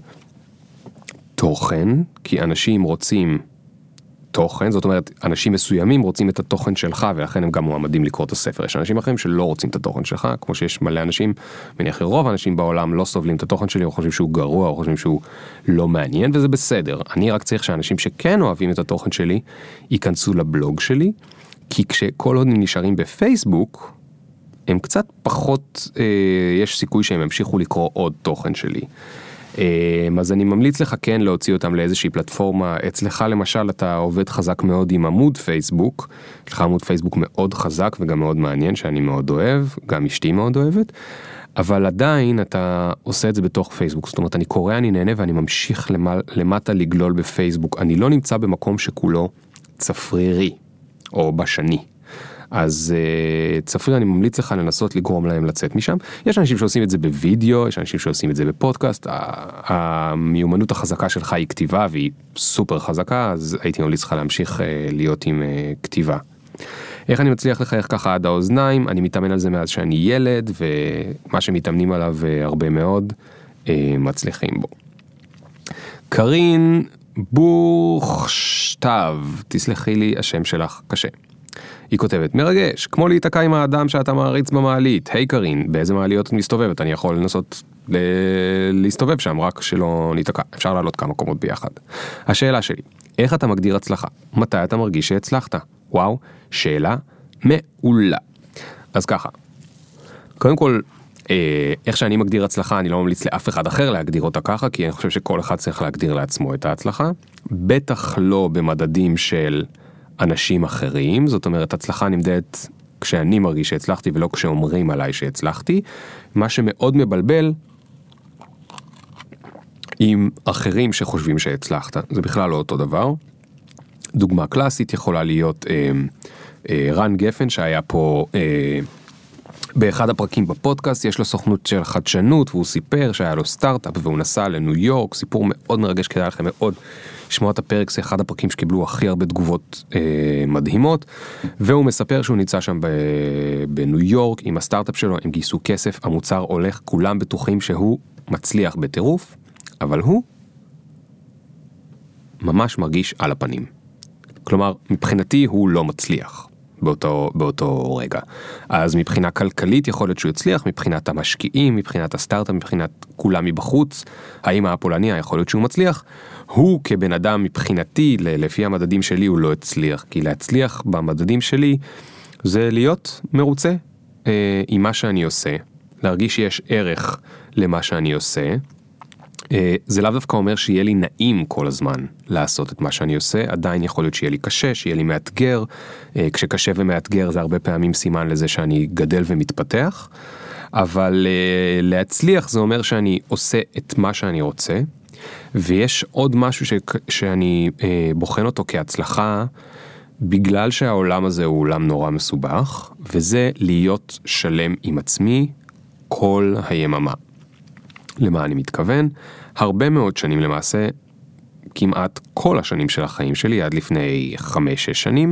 תוכן, כי אנשים רוצים תוכן, זאת אומרת, אנשים מסוימים רוצים את התוכן שלך, ולכן הם גם מועמדים לקרוא את הספר. יש אנשים אחרים שלא רוצים את התוכן שלך, כמו שיש מלא אנשים, מניח רוב האנשים בעולם לא סובלים את התוכן שלי, או חושבים שהוא גרוע, או חושבים שהוא לא מעניין, וזה בסדר. אני רק צריך שאנשים שכן אוהבים את התוכן שלי, ייכנסו לבלוג שלי, כי כשכל עוד הם נשארים בפייסבוק, הם קצת פחות, אה, יש סיכוי שהם ימשיכו לקרוא עוד תוכן שלי. אז אני ממליץ לך כן להוציא אותם לאיזושהי פלטפורמה. אצלך למשל אתה עובד חזק מאוד עם עמוד פייסבוק, יש לך עמוד פייסבוק מאוד חזק וגם מאוד מעניין שאני מאוד אוהב, גם אשתי מאוד אוהבת, אבל עדיין אתה עושה את זה בתוך פייסבוק, זאת אומרת אני קורא, אני נהנה ואני ממשיך למטה לגלול בפייסבוק, אני לא נמצא במקום שכולו צפרירי או בשני. אז uh, צפריר, אני ממליץ לך לנסות לגרום להם לצאת משם. יש אנשים שעושים את זה בווידאו, יש אנשים שעושים את זה בפודקאסט, המיומנות החזקה שלך היא כתיבה והיא סופר חזקה, אז הייתי ממליץ לך להמשיך uh, להיות עם uh, כתיבה. איך אני מצליח לחייך ככה עד האוזניים? אני מתאמן על זה מאז שאני ילד, ומה שמתאמנים עליו uh, הרבה מאוד, uh, מצליחים בו. קרין בוכשטב, תסלחי לי, השם שלך קשה. היא כותבת, מרגש, כמו להיתקע עם האדם שאתה מעריץ במעלית. היי קרין, באיזה מעליות את מסתובבת? אני יכול לנסות ל... להסתובב שם, רק שלא ניתקע. אפשר לעלות כמה קומות ביחד. השאלה שלי, איך אתה מגדיר הצלחה? מתי אתה מרגיש שהצלחת? וואו, שאלה מעולה. אז ככה, קודם כל, איך שאני מגדיר הצלחה, אני לא ממליץ לאף אחד אחר להגדיר אותה ככה, כי אני חושב שכל אחד צריך להגדיר לעצמו את ההצלחה. בטח לא במדדים של אנשים אחרים, זאת אומרת, הצלחה נמדדת כשאני מרגיש שהצלחתי ולא כשאומרים עליי שהצלחתי. מה שמאוד מבלבל עם אחרים שחושבים שהצלחת, זה בכלל לא אותו דבר. דוגמה קלאסית יכולה להיות אה, אה, רן גפן שהיה פה אה, באחד הפרקים בפודקאסט, יש לו סוכנות של חדשנות, והוא סיפר שהיה לו סטארט-אפ והוא נסע לניו יורק, סיפור מאוד מרגש, כדאי לכם מאוד לשמוע את הפרק, זה אחד הפרקים שקיבלו הכי הרבה תגובות אה, מדהימות, והוא מספר שהוא ניצא שם בניו יורק עם הסטארט-אפ שלו, הם גייסו כסף, המוצר הולך, כולם בטוחים שהוא מצליח בטירוף, אבל הוא ממש מרגיש על הפנים. כלומר, מבחינתי הוא לא מצליח. באותו, באותו רגע. אז מבחינה כלכלית יכול להיות שהוא יצליח, מבחינת המשקיעים, מבחינת הסטארט-אפ, מבחינת כולם מבחוץ, האם הפולניה יכול להיות שהוא מצליח, הוא כבן אדם מבחינתי, לפי המדדים שלי הוא לא הצליח, כי להצליח במדדים שלי זה להיות מרוצה אה, עם מה שאני עושה, להרגיש שיש ערך למה שאני עושה, זה לאו דווקא אומר שיהיה לי נעים כל הזמן לעשות את מה שאני עושה, עדיין יכול להיות שיהיה לי קשה, שיהיה לי מאתגר, כשקשה ומאתגר זה הרבה פעמים סימן לזה שאני גדל ומתפתח, אבל להצליח זה אומר שאני עושה את מה שאני רוצה, ויש עוד משהו ש... שאני בוחן אותו כהצלחה, בגלל שהעולם הזה הוא עולם נורא מסובך, וזה להיות שלם עם עצמי כל היממה. למה אני מתכוון? הרבה מאוד שנים למעשה, כמעט כל השנים של החיים שלי, עד לפני חמש, שש שנים,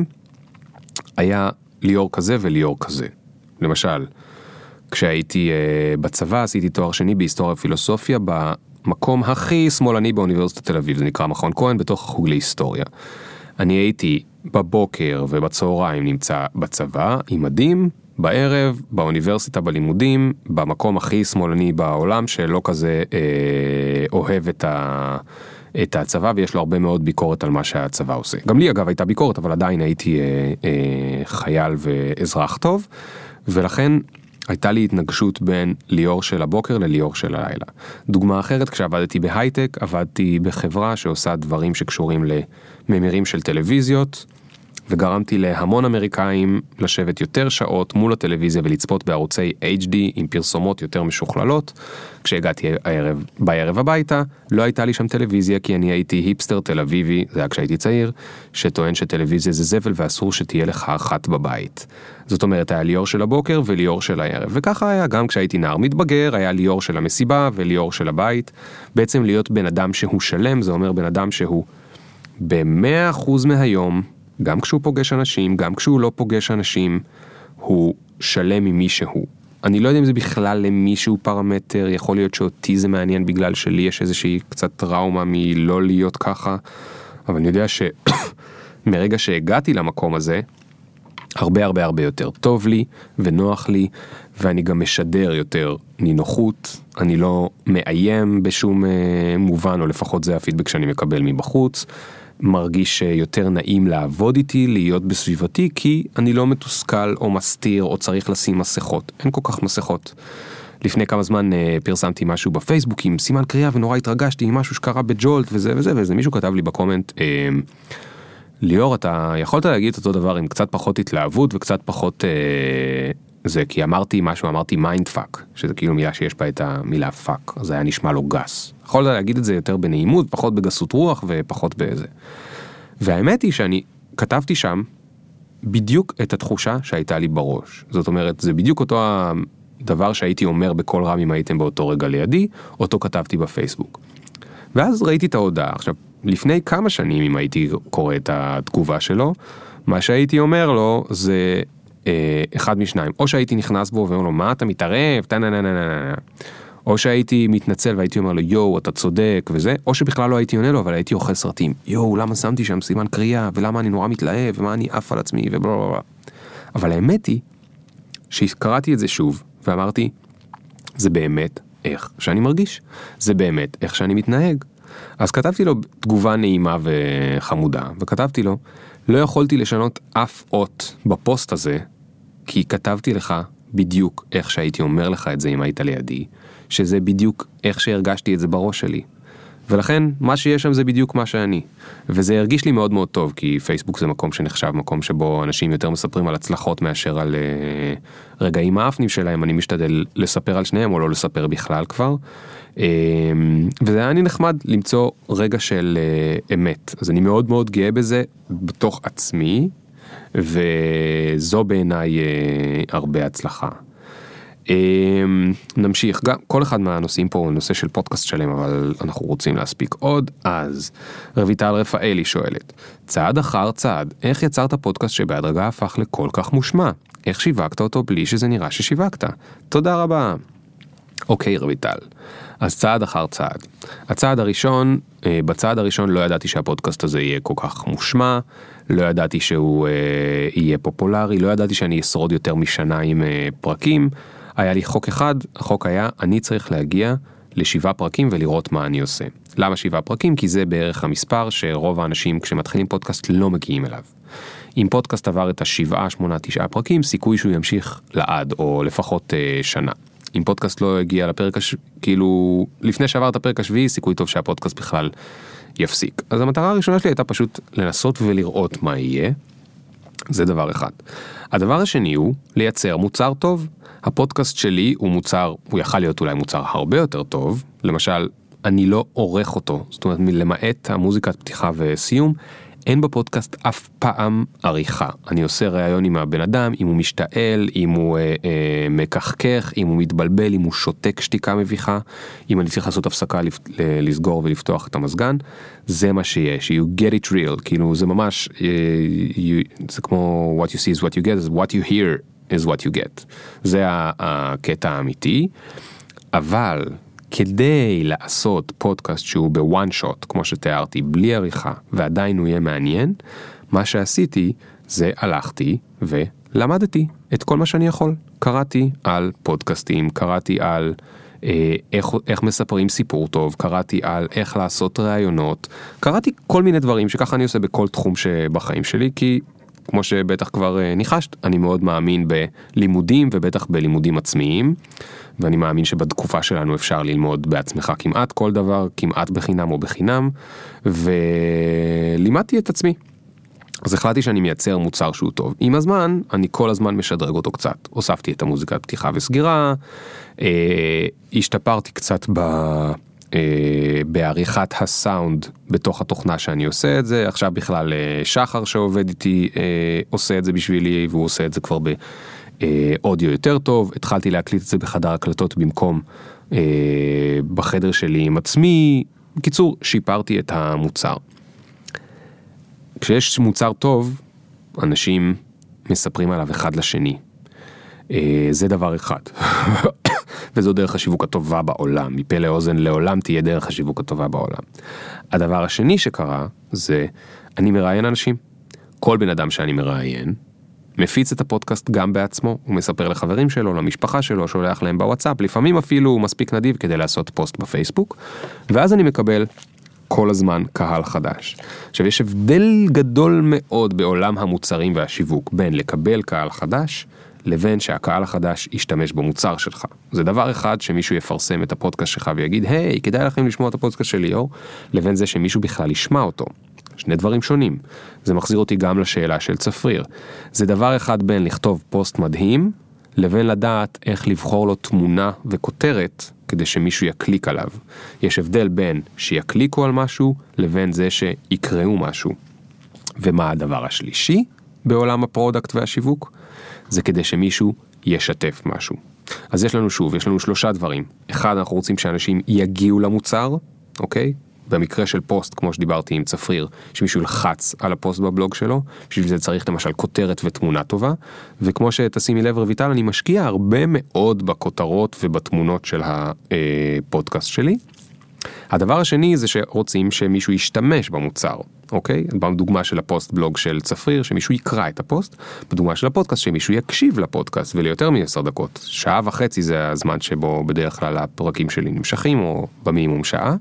היה ליאור כזה וליאור כזה. למשל, כשהייתי uh, בצבא, עשיתי תואר שני בהיסטוריה ופילוסופיה, במקום הכי שמאלני באוניברסיטת תל אביב, זה נקרא מכון כהן, בתוך החוג להיסטוריה. אני הייתי בבוקר ובצהריים נמצא בצבא, עם מדים, בערב, באוניברסיטה, בלימודים, במקום הכי שמאלני בעולם, שלא כזה אה, אוהב את, ה, את הצבא, ויש לו הרבה מאוד ביקורת על מה שהצבא עושה. גם לי אגב הייתה ביקורת, אבל עדיין הייתי אה, אה, חייל ואזרח טוב, ולכן הייתה לי התנגשות בין ליאור של הבוקר לליאור של הלילה. דוגמה אחרת, כשעבדתי בהייטק, עבדתי בחברה שעושה דברים שקשורים לממירים של טלוויזיות, וגרמתי להמון אמריקאים לשבת יותר שעות מול הטלוויזיה ולצפות בערוצי אייץ' די עם פרסומות יותר משוכללות. כשהגעתי הערב, בערב הביתה, לא הייתה לי שם טלוויזיה, כי אני הייתי היפסטר תל אביבי, זה היה כשהייתי צעיר, שטוען שטלוויזיה זה זבל ואסור שתהיה לך אחת בבית. זאת אומרת, היה ליאור של הבוקר וליאור של הערב. וככה היה גם כשהייתי נער מתבגר, היה ליאור של המסיבה וליאור של הבית. בעצם להיות בן אדם שהוא שלם, זה אומר בן אדם שהוא ב-מאה אחוז מהיום, גם כשהוא פוגש אנשים, גם כשהוא לא פוגש אנשים, הוא שלם ממי שהוא. אני לא יודע אם זה בכלל למישהו פרמטר, יכול להיות שאותי זה מעניין בגלל שלי יש איזושהי קצת טראומה מלא להיות ככה, אבל אני יודע שמרגע שהגעתי למקום הזה, הרבה הרבה הרבה יותר טוב לי ונוח לי, ואני גם משדר יותר נינוחות, אני לא מאיים בשום מובן, או לפחות זה הפידבק שאני מקבל מבחוץ, מרגיש יותר נעים לעבוד איתי, להיות בסביבתי, כי אני לא מתוסכל או מסתיר או צריך לשים מסכות. אין כל כך מסכות. לפני כמה זמן אה, פרסמתי משהו בפייסבוק עם סימן קריאה ונורא התרגשתי עם משהו שקרה בג'ולט וזה וזה, וזה מישהו כתב לי בקומנט, אה, ליאור, אתה יכולת להגיד אותו דבר עם קצת פחות התלהבות וקצת פחות אה, זה, כי אמרתי משהו, אמרתי מיינד פאק, שזה כאילו מילה שיש בה את המילה פאק, אז זה היה נשמע לו גס. יכולת להגיד את זה יותר בנעימות, פחות בגסות רוח ופחות בזה. והאמת היא שאני כתבתי שם בדיוק את התחושה שהייתה לי בראש. זאת אומרת, זה בדיוק אותו הדבר שהייתי אומר בכל רם אם הייתם באותו רגע לידי, אותו כתבתי בפייסבוק. ואז ראיתי את ההודעה. עכשיו, לפני כמה שנים אם הייתי קורא את התגובה שלו, מה שהייתי אומר לו זה אה, אחד משניים. או שהייתי נכנס בו ואומר לו, מה אתה מתערב? תנננננננ. או שהייתי מתנצל והייתי אומר לו, יו, אתה צודק וזה, או שבכלל לא הייתי עונה לו, אבל הייתי אוכל סרטים. יו, למה שמתי שם סימן קריאה, ולמה אני נורא מתלהב, ומה אני עף על עצמי, ובלבלבלה. אבל האמת היא, שקראתי את זה שוב, ואמרתי, זה באמת איך שאני מרגיש. זה באמת איך שאני מתנהג. אז כתבתי לו תגובה נעימה וחמודה, וכתבתי לו, לא יכולתי לשנות אף אות בפוסט הזה, כי כתבתי לך בדיוק איך שהייתי אומר לך את זה אם היית לידי, שזה בדיוק איך שהרגשתי את זה בראש שלי. ולכן, מה שיש שם זה בדיוק מה שאני. וזה הרגיש לי מאוד מאוד טוב, כי פייסבוק זה מקום שנחשב, מקום שבו אנשים יותר מספרים על הצלחות מאשר על uh, רגעים האפנים שלהם. אני משתדל לספר על שניהם, או לא לספר בכלל כבר. Uh, וזה היה אני נחמד למצוא רגע של uh, אמת. אז אני מאוד מאוד גאה בזה בתוך עצמי, וזו בעיניי uh, הרבה הצלחה. נמשיך, גם כל אחד מהנושאים פה הוא נושא של פודקאסט שלם, אבל אנחנו רוצים להספיק עוד. אז רויטל רפאלי שואלת, צעד אחר צעד, איך יצרת פודקאסט שבהדרגה הפך לכל כך מושמע? איך שיווקת אותו בלי שזה נראה ששיווקת? תודה רבה. אוקיי רויטל, אז צעד אחר צעד. הצעד הראשון, בצעד הראשון לא ידעתי שהפודקאסט הזה יהיה כל כך מושמע, לא ידעתי שהוא יהיה פופולרי, לא ידעתי שאני אשרוד יותר משנה עם פרקים. היה לי חוק אחד, החוק היה, אני צריך להגיע לשבעה פרקים ולראות מה אני עושה. למה שבעה פרקים? כי זה בערך המספר שרוב האנשים כשמתחילים פודקאסט לא מגיעים אליו. אם פודקאסט עבר את השבעה, שמונה, תשעה פרקים, סיכוי שהוא ימשיך לעד, או לפחות אה, שנה. אם פודקאסט לא הגיע לפרק, הש... כאילו, לפני שעבר את הפרק השביעי, סיכוי טוב שהפודקאסט בכלל יפסיק. אז המטרה הראשונה שלי הייתה פשוט לנסות ולראות מה יהיה. זה דבר אחד. הדבר השני הוא לייצר מוצר טוב. הפודקאסט שלי הוא מוצר, הוא יכל להיות אולי מוצר הרבה יותר טוב. למשל, אני לא עורך אותו. זאת אומרת, למעט המוזיקת פתיחה וסיום, אין בפודקאסט אף פעם עריכה. אני עושה ראיון עם הבן אדם, אם הוא משתעל, אם הוא אה, אה, מקחקך, אם הוא מתבלבל, אם הוא שותק שתיקה מביכה, אם אני צריך לעשות הפסקה לפ... לסגור ולפתוח את המזגן, זה מה שיש. You get it real. כאילו זה ממש, uh, you, זה כמו what you see is what you get, what you hear is what you get. זה הקטע האמיתי. אבל כדי לעשות פודקאסט שהוא בוואן שוט, כמו שתיארתי, בלי עריכה, ועדיין הוא יהיה מעניין, מה שעשיתי זה הלכתי ולמדתי את כל מה שאני יכול. קראתי על פודקאסטים, קראתי על אה, איך, איך מספרים סיפור טוב, קראתי על איך לעשות ראיונות, קראתי כל מיני דברים שככה אני עושה בכל תחום שבחיים שלי, כי כמו שבטח כבר ניחשת, אני מאוד מאמין בלימודים ובטח בלימודים עצמיים, ואני מאמין שבתקופה שלנו אפשר ללמוד בעצמך כמעט כל דבר, כמעט בחינם או בחינם, ולימדתי את עצמי. אז החלטתי שאני מייצר מוצר שהוא טוב. עם הזמן, אני כל הזמן משדרג אותו קצת. הוספתי את המוזיקה פתיחה וסגירה, אה, השתפרתי קצת ב... בעריכת הסאונד בתוך התוכנה שאני עושה את זה. עכשיו בכלל שחר שעובד איתי עושה את זה בשבילי, והוא עושה את זה כבר באודיו יותר טוב. התחלתי להקליט את זה בחדר הקלטות במקום בחדר שלי עם עצמי. בקיצור, שיפרתי את המוצר. כשיש מוצר טוב, אנשים מספרים עליו אחד לשני. זה דבר אחד. וזו דרך השיווק הטובה בעולם. מפה לאוזן לעולם תהיה דרך השיווק הטובה בעולם. הדבר השני שקרה זה, אני מראיין אנשים. כל בן אדם שאני מראיין, מפיץ את הפודקאסט גם בעצמו, הוא מספר לחברים שלו, למשפחה שלו, שולח להם בוואטסאפ, לפעמים אפילו הוא מספיק נדיב כדי לעשות פוסט בפייסבוק, ואז אני מקבל כל הזמן קהל חדש. עכשיו יש הבדל גדול מאוד בעולם המוצרים והשיווק, בין לקבל קהל חדש, לבין שהקהל החדש ישתמש במוצר שלך. זה דבר אחד שמישהו יפרסם את הפודקאסט שלך ויגיד, היי, כדאי לכם לשמוע את הפודקאסט של ליאור, לבין זה שמישהו בכלל ישמע אותו. שני דברים שונים. זה מחזיר אותי גם לשאלה של צפריר. זה דבר אחד בין לכתוב פוסט מדהים, לבין לדעת איך לבחור לו תמונה וכותרת, כדי שמישהו יקליק עליו. יש הבדל בין שיקליקו על משהו, לבין זה שיקראו משהו. ומה הדבר השלישי בעולם הפרודקט והשיווק? זה כדי שמישהו ישתף משהו. אז יש לנו שוב, יש לנו שלושה דברים. אחד, אנחנו רוצים שאנשים יגיעו למוצר, אוקיי? במקרה של פוסט, כמו שדיברתי עם צפריר, שמישהו ילחץ על הפוסט בבלוג שלו, בשביל זה צריך למשל כותרת ותמונה טובה, וכמו שתשימי לב רויטל, אני משקיע הרבה מאוד בכותרות ובתמונות של הפודקאסט שלי. הדבר השני זה שרוצים שמישהו ישתמש במוצר, אוקיי? בדוגמה של הפוסט בלוג של צפריר, שמישהו יקרא את הפוסט, בדוגמה של הפודקאסט, שמישהו יקשיב לפודקאסט, וליותר מעשר דקות. שעה וחצי זה הזמן שבו בדרך כלל הפרקים שלי נמשכים, או במינימום שעה.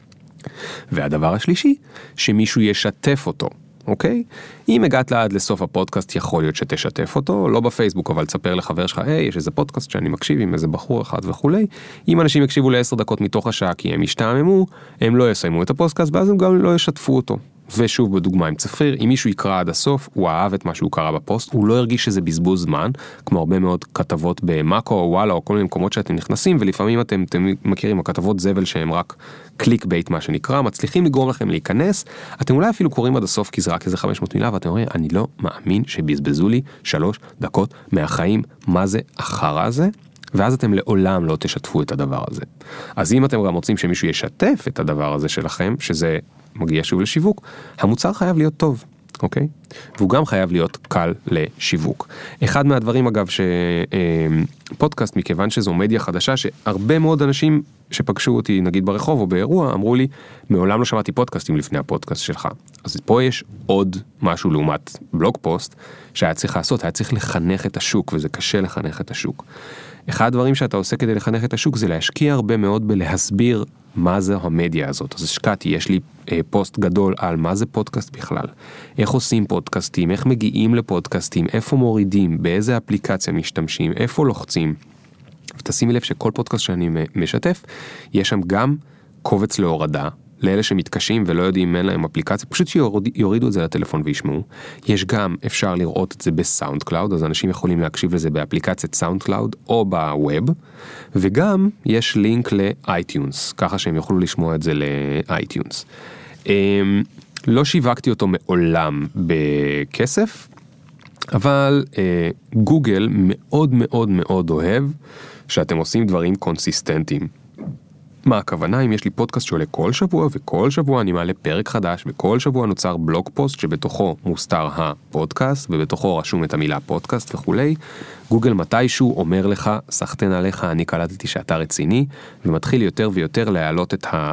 והדבר השלישי, שמישהו ישתף אותו, אוקיי? אם הגעת לעד לסוף הפודקאסט, יכול להיות שתשתף אותו, לא בפייסבוק, אבל תספר לחבר שלך, היי, יש איזה פודקאסט שאני מקשיב עם איזה בחור אחד וכולי. אם אנשים יקשיבו לעשר דקות מתוך השעה, כי הם ישתעממו, הם לא יסיימו את הפודקאסט, ואז הם גם לא ישתפו אותו. ושוב בדוגמה עם צפריר, אם מישהו יקרא עד הסוף, הוא אהב את מה שהוא קרא בפוסט, הוא לא הרגיש שזה בזבוז זמן, כמו הרבה מאוד כתבות במאקו או וואלה או כל מיני מקומות שאתם נכנסים, ולפעמים אתם, אתם מכירים הכתבות זבל שהם רק קליק בייט מה שנקרא, מצליחים לגרום לכם להיכנס, אתם אולי אפילו קוראים עד הסוף כי זה רק איזה חמש מאות מילה, ואתם אומרים, אני לא מאמין שבזבזו לי שלוש דקות מהחיים, מה זה החרא הזה? ואז אתם לעולם לא תשתפו את הדבר הזה. אז אם אתם גם רוצים שמישהו ישתף את הדבר הזה שלכם, שזה מגיע שוב לשיווק, המוצר חייב להיות טוב, אוקיי? והוא גם חייב להיות קל לשיווק. אחד מהדברים אגב שפודקאסט, מכיוון שזו מדיה חדשה, שהרבה מאוד אנשים שפגשו אותי נגיד ברחוב או באירוע, אמרו לי, מעולם לא שמעתי פודקאסטים לפני הפודקאסט שלך. אז פה יש עוד משהו לעומת בלוג פוסט, שהיה צריך לעשות, היה צריך לחנך את השוק, וזה קשה לחנך את השוק. אחד הדברים שאתה עושה כדי לחנך את השוק, זה להשקיע הרבה מאוד בלהסביר מה זה המדיה הזאת. אז השקעתי, יש לי אה, פוסט גדול על מה זה פודקאסט בכלל, איך עושים פודקאסטים, איך מגיעים לפודקאסטים, איפה מורידים, באיזה אפליקציה משתמשים, איפה לוחצים. ותשימי לב שכל פודקאסט שאני משתף, יש שם גם קובץ להורדה, לאלה שמתקשים ולא יודעים אין להם אפליקציה, פשוט שיורידו את זה לטלפון וישמעו. יש גם, אפשר לראות את זה בסאונד קלאוד, אז אנשים יכולים להקשיב לזה באפליקציית סאונד קלאוד או בווב, וגם יש לינק לאייטיונס, ככה שהם יוכלו לשמוע את זה לאייטיונס. לא שיווקתי אותו מעולם בכסף, אבל גוגל מאוד מאוד מאוד אוהב שאתם עושים דברים קונסיסטנטיים. מה הכוונה? אם יש לי פודקאסט שעולה כל שבוע, וכל שבוע אני מעלה פרק חדש, וכל שבוע נוצר בלוג פוסט שבתוכו מוסתר הפודקאסט, ובתוכו רשום את המילה פודקאסט וכולי, גוגל מתישהו אומר לך, סחטן עליך, אני קלטתי שאתה רציני, ומתחיל יותר ויותר להעלות את ה...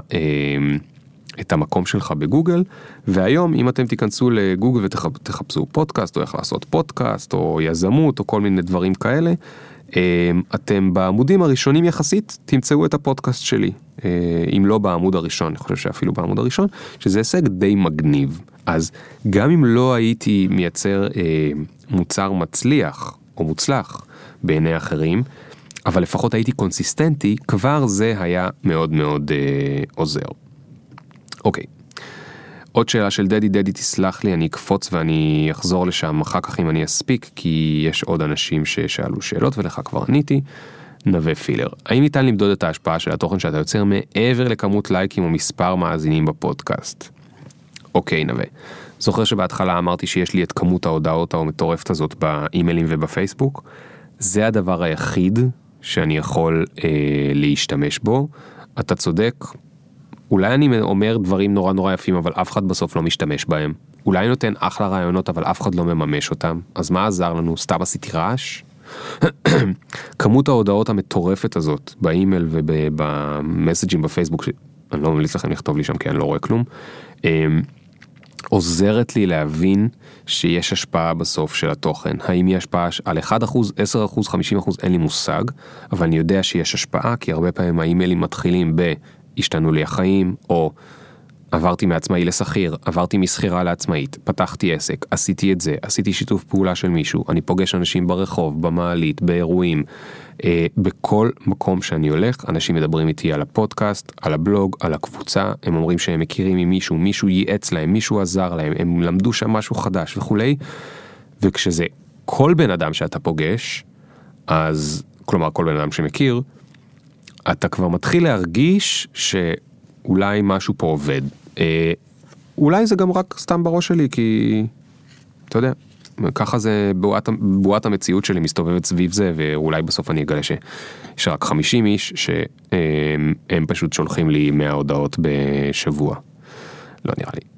את המקום שלך בגוגל, והיום אם אתם תיכנסו לגוגל ותחפשו פודקאסט, או איך לעשות פודקאסט, או יזמות, או כל מיני דברים כאלה, אתם בעמודים הראשונים יחסית תמצאו את הפודקאסט שלי, אם לא בעמוד הראשון, אני חושב שאפילו בעמוד הראשון, שזה הישג די מגניב. אז גם אם לא הייתי מייצר מוצר מצליח או מוצלח בעיני אחרים, אבל לפחות הייתי קונסיסטנטי, כבר זה היה מאוד מאוד עוזר. אוקיי. עוד שאלה של דדי, דדי תסלח לי, אני אקפוץ ואני אחזור לשם אחר כך אם אני אספיק, כי יש עוד אנשים ששאלו שאלות ולך כבר עניתי. נווה פילר, האם ניתן למדוד את ההשפעה של התוכן שאתה יוצר מעבר לכמות לייקים או מספר מאזינים בפודקאסט? אוקיי נווה, זוכר שבהתחלה אמרתי שיש לי את כמות ההודעות המטורפת הזאת באימיילים ובפייסבוק? זה הדבר היחיד שאני יכול אה, להשתמש בו. אתה צודק, אולי אני אומר דברים נורא נורא יפים, אבל אף אחד בסוף לא משתמש בהם. אולי אני נותן אחלה רעיונות, אבל אף אחד לא מממש אותם. אז מה עזר לנו? סתם עשיתי רעש? כמות ההודעות המטורפת הזאת, באימייל ובמסג'ים בפייסבוק, אני לא ממליץ לכם לכתוב לי שם, כי אני לא רואה כלום, עוזרת לי להבין שיש השפעה בסוף של התוכן. האם היא השפעה על אחד אחוז, עשרה אחוז, חמישים אחוז, אין לי מושג, אבל אני יודע שיש השפעה, כי הרבה פעמים האימיילים מתחילים ב... השתנו לי החיים, או עברתי מעצמאי לשכיר, עברתי מסחירה לעצמאית, פתחתי עסק, עשיתי את זה, עשיתי שיתוף פעולה של מישהו, אני פוגש אנשים ברחוב, במעלית, באירועים, אה, בכל מקום שאני הולך, אנשים מדברים איתי על הפודקאסט, על הבלוג, על הקבוצה, הם אומרים שהם מכירים עם מישהו, מישהו ייעץ להם, מישהו עזר להם, הם למדו שם משהו חדש וכולי, וכשזה כל בן אדם שאתה פוגש, אז, כלומר כל בן אדם שמכיר, אתה כבר מתחיל להרגיש שאולי משהו פה עובד. אה, אולי זה גם רק סתם בראש שלי, כי, אתה יודע, ככה זה בועת, בועת המציאות שלי מסתובבת סביב זה, ואולי בסוף אני אגלה שיש רק חמישים איש שהם הם פשוט שולחים לי מאה הודעות בשבוע. לא נראה לי.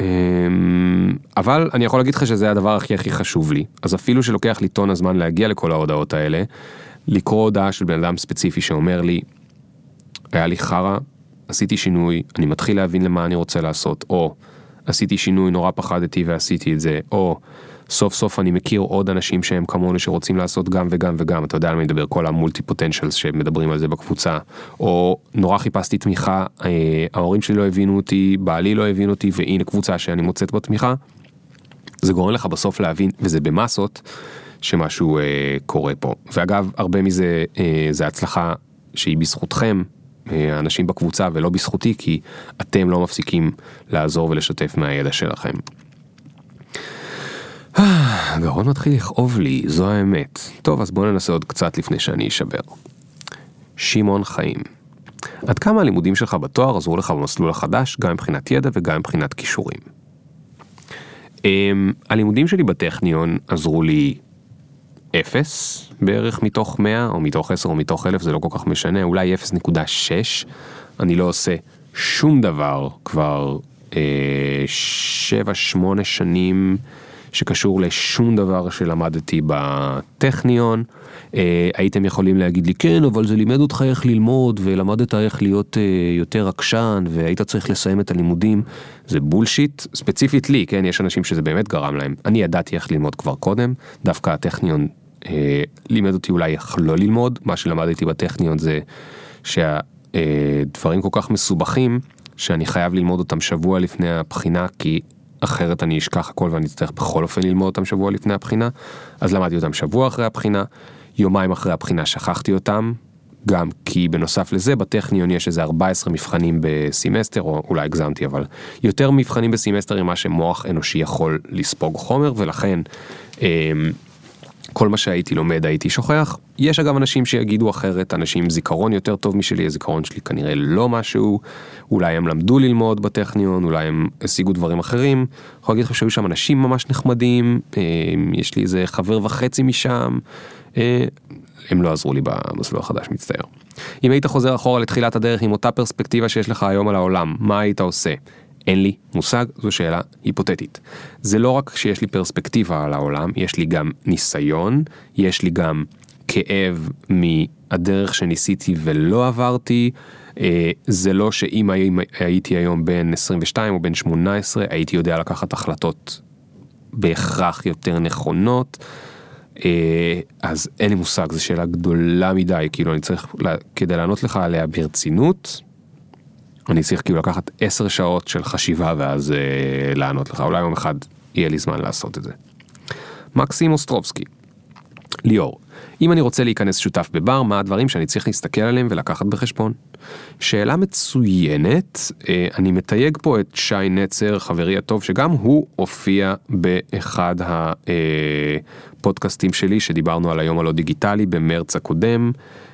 אבל אני יכול להגיד לך שזה הדבר הכי הכי חשוב לי. אז אפילו שלוקח לי טון הזמן להגיע לכל ההודעות האלה, לקרוא הודעה של בן אדם ספציפי שאומר לי, היה לי חרה, עשיתי שינוי, אני מתחיל להבין למה אני רוצה לעשות, או עשיתי שינוי, נורא פחדתי ועשיתי את זה, או סוף סוף אני מכיר עוד אנשים שהם כמונו שרוצים לעשות גם וגם וגם, אתה יודע על מה מדבר, כל המולטי פוטנציאלס שמדברים על זה בקבוצה, או נורא חיפשתי תמיכה, אה, ההורים שלי לא הבינו אותי, בעלי לא הבין אותי, והנה קבוצה שאני מוצאת בתמיכה, זה גורם לך בסוף להבין, וזה במסות, שמשהו אה, קורה פה. ואגב, הרבה מזה, אה, זה הצלחה שהיא בזכותכם, האנשים בקבוצה, ולא בזכותי, כי אתם לא מפסיקים לעזור ולשתף מהידע שלכם. הגרון מתחיל לכאוב לי, זו האמת. טוב, אז בואו ננסה עוד קצת לפני שאני אשבר. שמעון חיים. עד כמה הלימודים שלך בתואר עזרו לך במסלול החדש, גם מבחינת ידע וגם מבחינת כישורים? הלימודים שלי בטכניון עזרו לי אפס בערך מתוך מאה, או מתוך עשר, או מתוך אלף, זה לא כל כך משנה, אולי אפס נקודה שש. אני לא עושה שום דבר כבר אה, שבע, שמונה שנים שקשור לשום דבר שלמדתי בטכניון. אה, הייתם יכולים להגיד לי, כן, אבל זה לימד אותך איך ללמוד, ולמדת איך להיות אה, יותר עקשן, והיית צריך לסיים את הלימודים. זה בולשיט, ספציפית לי, כן, יש אנשים שזה באמת גרם להם. אני ידעתי איך ללמוד כבר קודם, דווקא הטכניון אה, לימד אותי אולי איך לא ללמוד. מה שלמדתי בטכניון זה שהדברים כל כך מסובכים, שאני חייב ללמוד אותם שבוע לפני הבחינה, כי אחרת אני אשכח הכל ואני אצטרך בכל אופן ללמוד אותם שבוע לפני הבחינה. אז למדתי אותם שבוע אחרי הבחינה, יומיים אחרי הבחינה שכחתי אותם, גם כי בנוסף לזה בטכניון יש איזה ארבעה עשר מבחנים בסמסטר, או אולי הגזמתי, אבל יותר מבחנים בסמסטר עם מה שמוח אנושי יכול לספוג חומר, ולכן כל מה שהייתי לומד הייתי שוכח. יש אגב אנשים שיגידו אחרת, אנשים עם זיכרון יותר טוב משלי, הזיכרון שלי כנראה לא משהו, אולי הם למדו ללמוד בטכניון, אולי הם השיגו דברים אחרים. אני יכול להגיד לך שהיו שם אנשים ממש נחמדים, יש לי איזה חבר וחצי משם, הם לא עזרו לי במסלול החדש, מצטער. אם היית חוזר אחורה לתחילת הדרך עם אותה פרספקטיבה שיש לך היום על העולם, מה היית עושה? אין לי מושג, זו שאלה היפותטית. זה לא רק שיש לי פרספקטיבה על העולם, יש לי גם ניסיון, יש לי גם כאב מהדרך שניסיתי ולא עברתי. זה לא שאם הייתי היום בין עשרים ושתיים או בין שמונה עשרה, הייתי יודע לקחת החלטות בהכרח יותר נכונות. אז אין לי מושג, זו שאלה גדולה מדי, כאילו אני צריך, כדי לענות לך עליה ברצינות, אני צריך כאילו לקחת עשר שעות של חשיבה ואז אה, לענות לך. אולי יום אחד יהיה לי זמן לעשות את זה. מקסים אוסטרובסקי. ליאור, אם אני רוצה להיכנס שותף בבר, מה הדברים שאני צריך להסתכל עליהם ולקחת בחשבון? שאלה מצוינת. אה, אני מתייג פה את שי נצר, חברי הטוב, שגם הוא הופיע באחד הפודקאסטים שלי, שדיברנו על היום הלא דיגיטלי במרץ הקודם.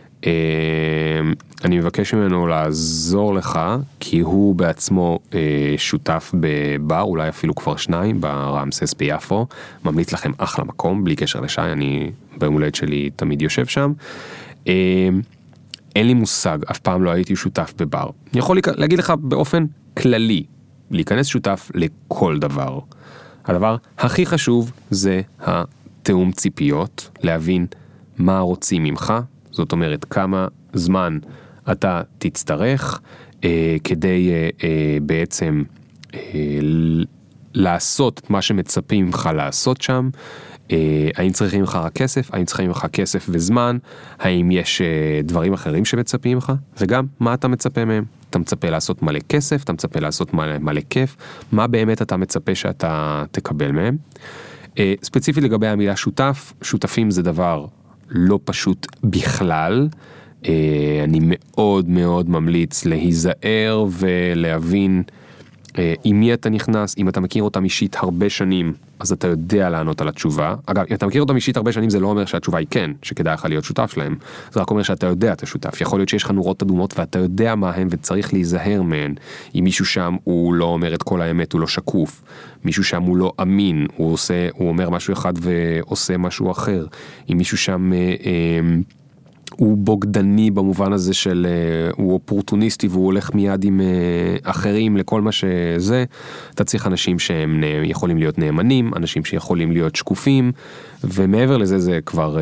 אני מבקש ממנו לעזור לך, כי הוא בעצמו שותף בבר, אולי אפילו כבר שניים, ברמסס ביפו. ממליץ לכם אחלה מקום, בלי קשר לשי, אני ביום הולדת שלי תמיד יושב שם. אין לי מושג, אף פעם לא הייתי שותף בבר. אני יכול להגיד לך באופן כללי, להיכנס שותף לכל דבר. הדבר הכי חשוב זה התאום ציפיות, להבין מה רוצים ממך, זאת אומרת, כמה זמן אתה תצטרך אה, כדי אה, אה, בעצם אה, לעשות מה שמצפים ממך לעשות שם. אה, האם צריכים ממך רק כסף? האם צריכים ממך כסף וזמן? האם יש אה, דברים אחרים שמצפים ממך? וגם, מה אתה מצפה מהם? אתה מצפה לעשות מלא כסף? אתה מצפה לעשות מלא, מלא כיף? מה באמת אתה מצפה שאתה תקבל מהם? אה, ספציפית לגבי המילה שותף, שותפים זה דבר לא פשוט בכלל. אני מאוד מאוד ממליץ להיזהר ולהבין עם מי אתה נכנס, אם אתה מכיר אותם אישית הרבה שנים, אז אתה יודע לענות על התשובה. אגב, אם אתה מכיר אותם אישית הרבה שנים, זה לא אומר שהתשובה היא כן, שכדאי לך להיות שותף שלהם. זה רק אומר שאתה יודע אתה שותף. יכול להיות שיש לך נורות אדומות ואתה יודע מה הם וצריך להיזהר מהן. אם מישהו שם הוא לא אומר את כל האמת, הוא לא שקוף. מישהו שם הוא לא אמין, הוא עושה, הוא אומר משהו אחד ועושה משהו אחר. אם מישהו שם... אה, אה, הוא בוגדני במובן הזה של, הוא אופורטוניסטי והוא הולך מיד עם אחרים לכל מה שזה, אתה צריך אנשים שהם יכולים להיות נאמנים, אנשים שיכולים להיות שקופים, ומעבר לזה זה כבר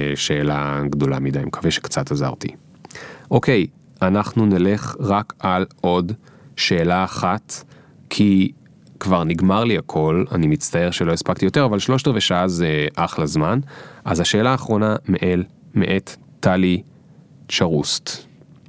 שאלה גדולה מדי, אני מקווה שקצת עזרתי. אוקיי, אנחנו נלך רק על עוד שאלה אחת, כי כבר נגמר לי הכל, אני מצטער שלא הספקתי יותר, אבל שלושת רבעי שעה זה אחלה זמן, אז השאלה האחרונה מאל, מאת, טלי צ'רוסט,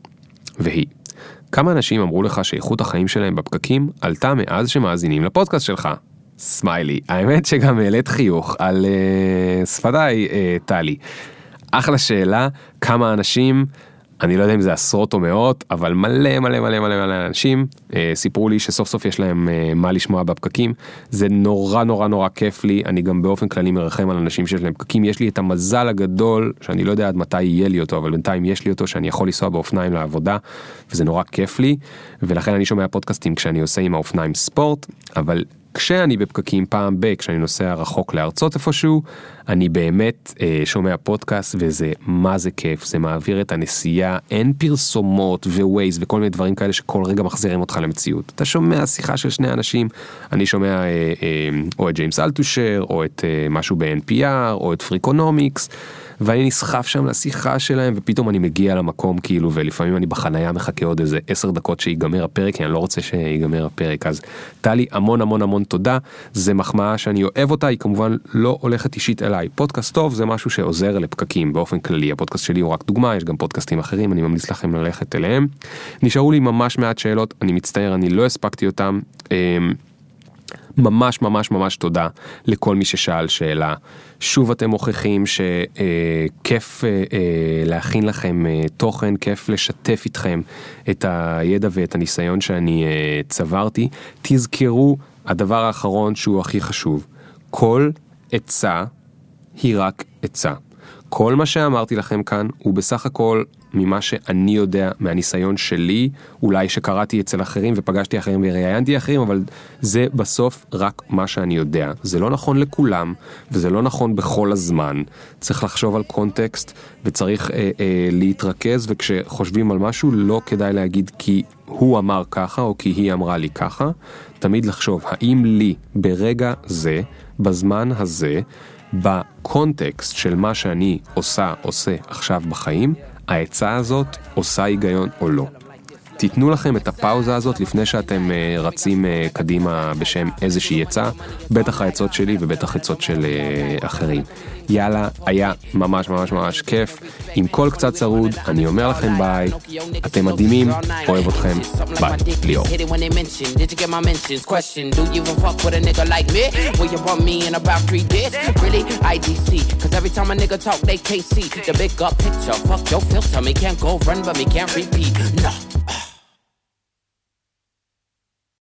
והיא, כמה אנשים אמרו לך שאיכות החיים שלהם בפקקים עלתה מאז שמאזינים לפודקאסט שלך? סמיילי, האמת שגם העלית חיוך על uh, שפתיי, uh, טלי. אחלה שאלה, כמה אנשים, אני לא יודע אם זה עשרות או מאות, אבל מלא מלא מלא מלא מלא אנשים אה, סיפרו לי שסוף סוף יש להם אה, מה לשמוע בפקקים. זה נורא נורא נורא כיף לי, אני גם באופן כללי מרחם על אנשים שיש להם פקקים. יש לי את המזל הגדול, שאני לא יודע עד מתי יהיה לי אותו, אבל בינתיים יש לי אותו שאני יכול לנסוע באופניים לעבודה, וזה נורא כיף לי, ולכן אני שומע פודקאסטים כשאני עושה עם האופניים ספורט, אבל כשאני בפקקים פעם ב, כשאני נוסע רחוק לארצות איפשהו, אני באמת אה, שומע פודקאסט, וזה מה זה כיף, זה מעביר את הנסיעה, אין פרסומות ווייז וכל מיני דברים כאלה שכל רגע מחזירים אותך למציאות. אתה שומע שיחה של שני אנשים, אני שומע אה, אה, או את ג'יימס אלטושר, או את אה, משהו ב-אן פי אר, או את פריקונומיקס, ואני נסחף שם לשיחה שלהם, ופתאום אני מגיע למקום כאילו, ולפעמים אני בחנייה מחכה עוד איזה עשר דקות שיגמר הפרק, כי אני לא רוצה שיגמר הפרק. אז טלי, המון המון המון תודה, זה מחמאה שאני אוהב אותה, היא כמובן לא הולכת אישית אליי. פודקאסט טוב זה משהו שעוזר לפקקים באופן כללי, הפודקאסט שלי הוא רק דוגמה, יש גם פודקאסטים אחרים, אני ממליץ לכם ללכת אליהם. נשארו לי ממש מעט שאלות, אני מצטער, אני לא הספקתי אותם. ממש ממש ממש תודה לכל מי ששאל שאלה. שוב אתם מוכיחים שכיף להכין לכם תוכן, כיף לשתף איתכם את הידע ואת הניסיון שאני צברתי. תזכרו, הדבר האחרון שהוא הכי חשוב, כל עצה היא רק עצה. כל מה שאמרתי לכם כאן הוא בסך הכל ממה שאני יודע מהניסיון שלי, אולי שקראתי אצל אחרים ופגשתי אחרים וראיינתי אחרים, אבל זה בסוף רק מה שאני יודע. זה לא נכון לכולם, וזה לא נכון בכל הזמן. צריך לחשוב על קונטקסט, וצריך אה, אה, להתרכז, וכשחושבים על משהו לא כדאי להגיד כי הוא אמר ככה, או כי היא אמרה לי ככה. תמיד לחשוב, האם לי ברגע זה, בזמן הזה, בקונטקסט של מה שאני עושה, עושה עכשיו בחיים, העצה הזאת עושה היגיון או לא. תיתנו לכם את הפאוזה הזאת לפני שאתם uh, רצים uh, קדימה בשם איזושהי עצה, בטח העצות שלי ובטח עצות של uh, אחרים. יאללה, היה ממש ממש ממש כיף. עם כל קצת צרוד, אני אומר לכם ביי, אתם מדהימים, אוהב אתכם, ביי, ליאור. No.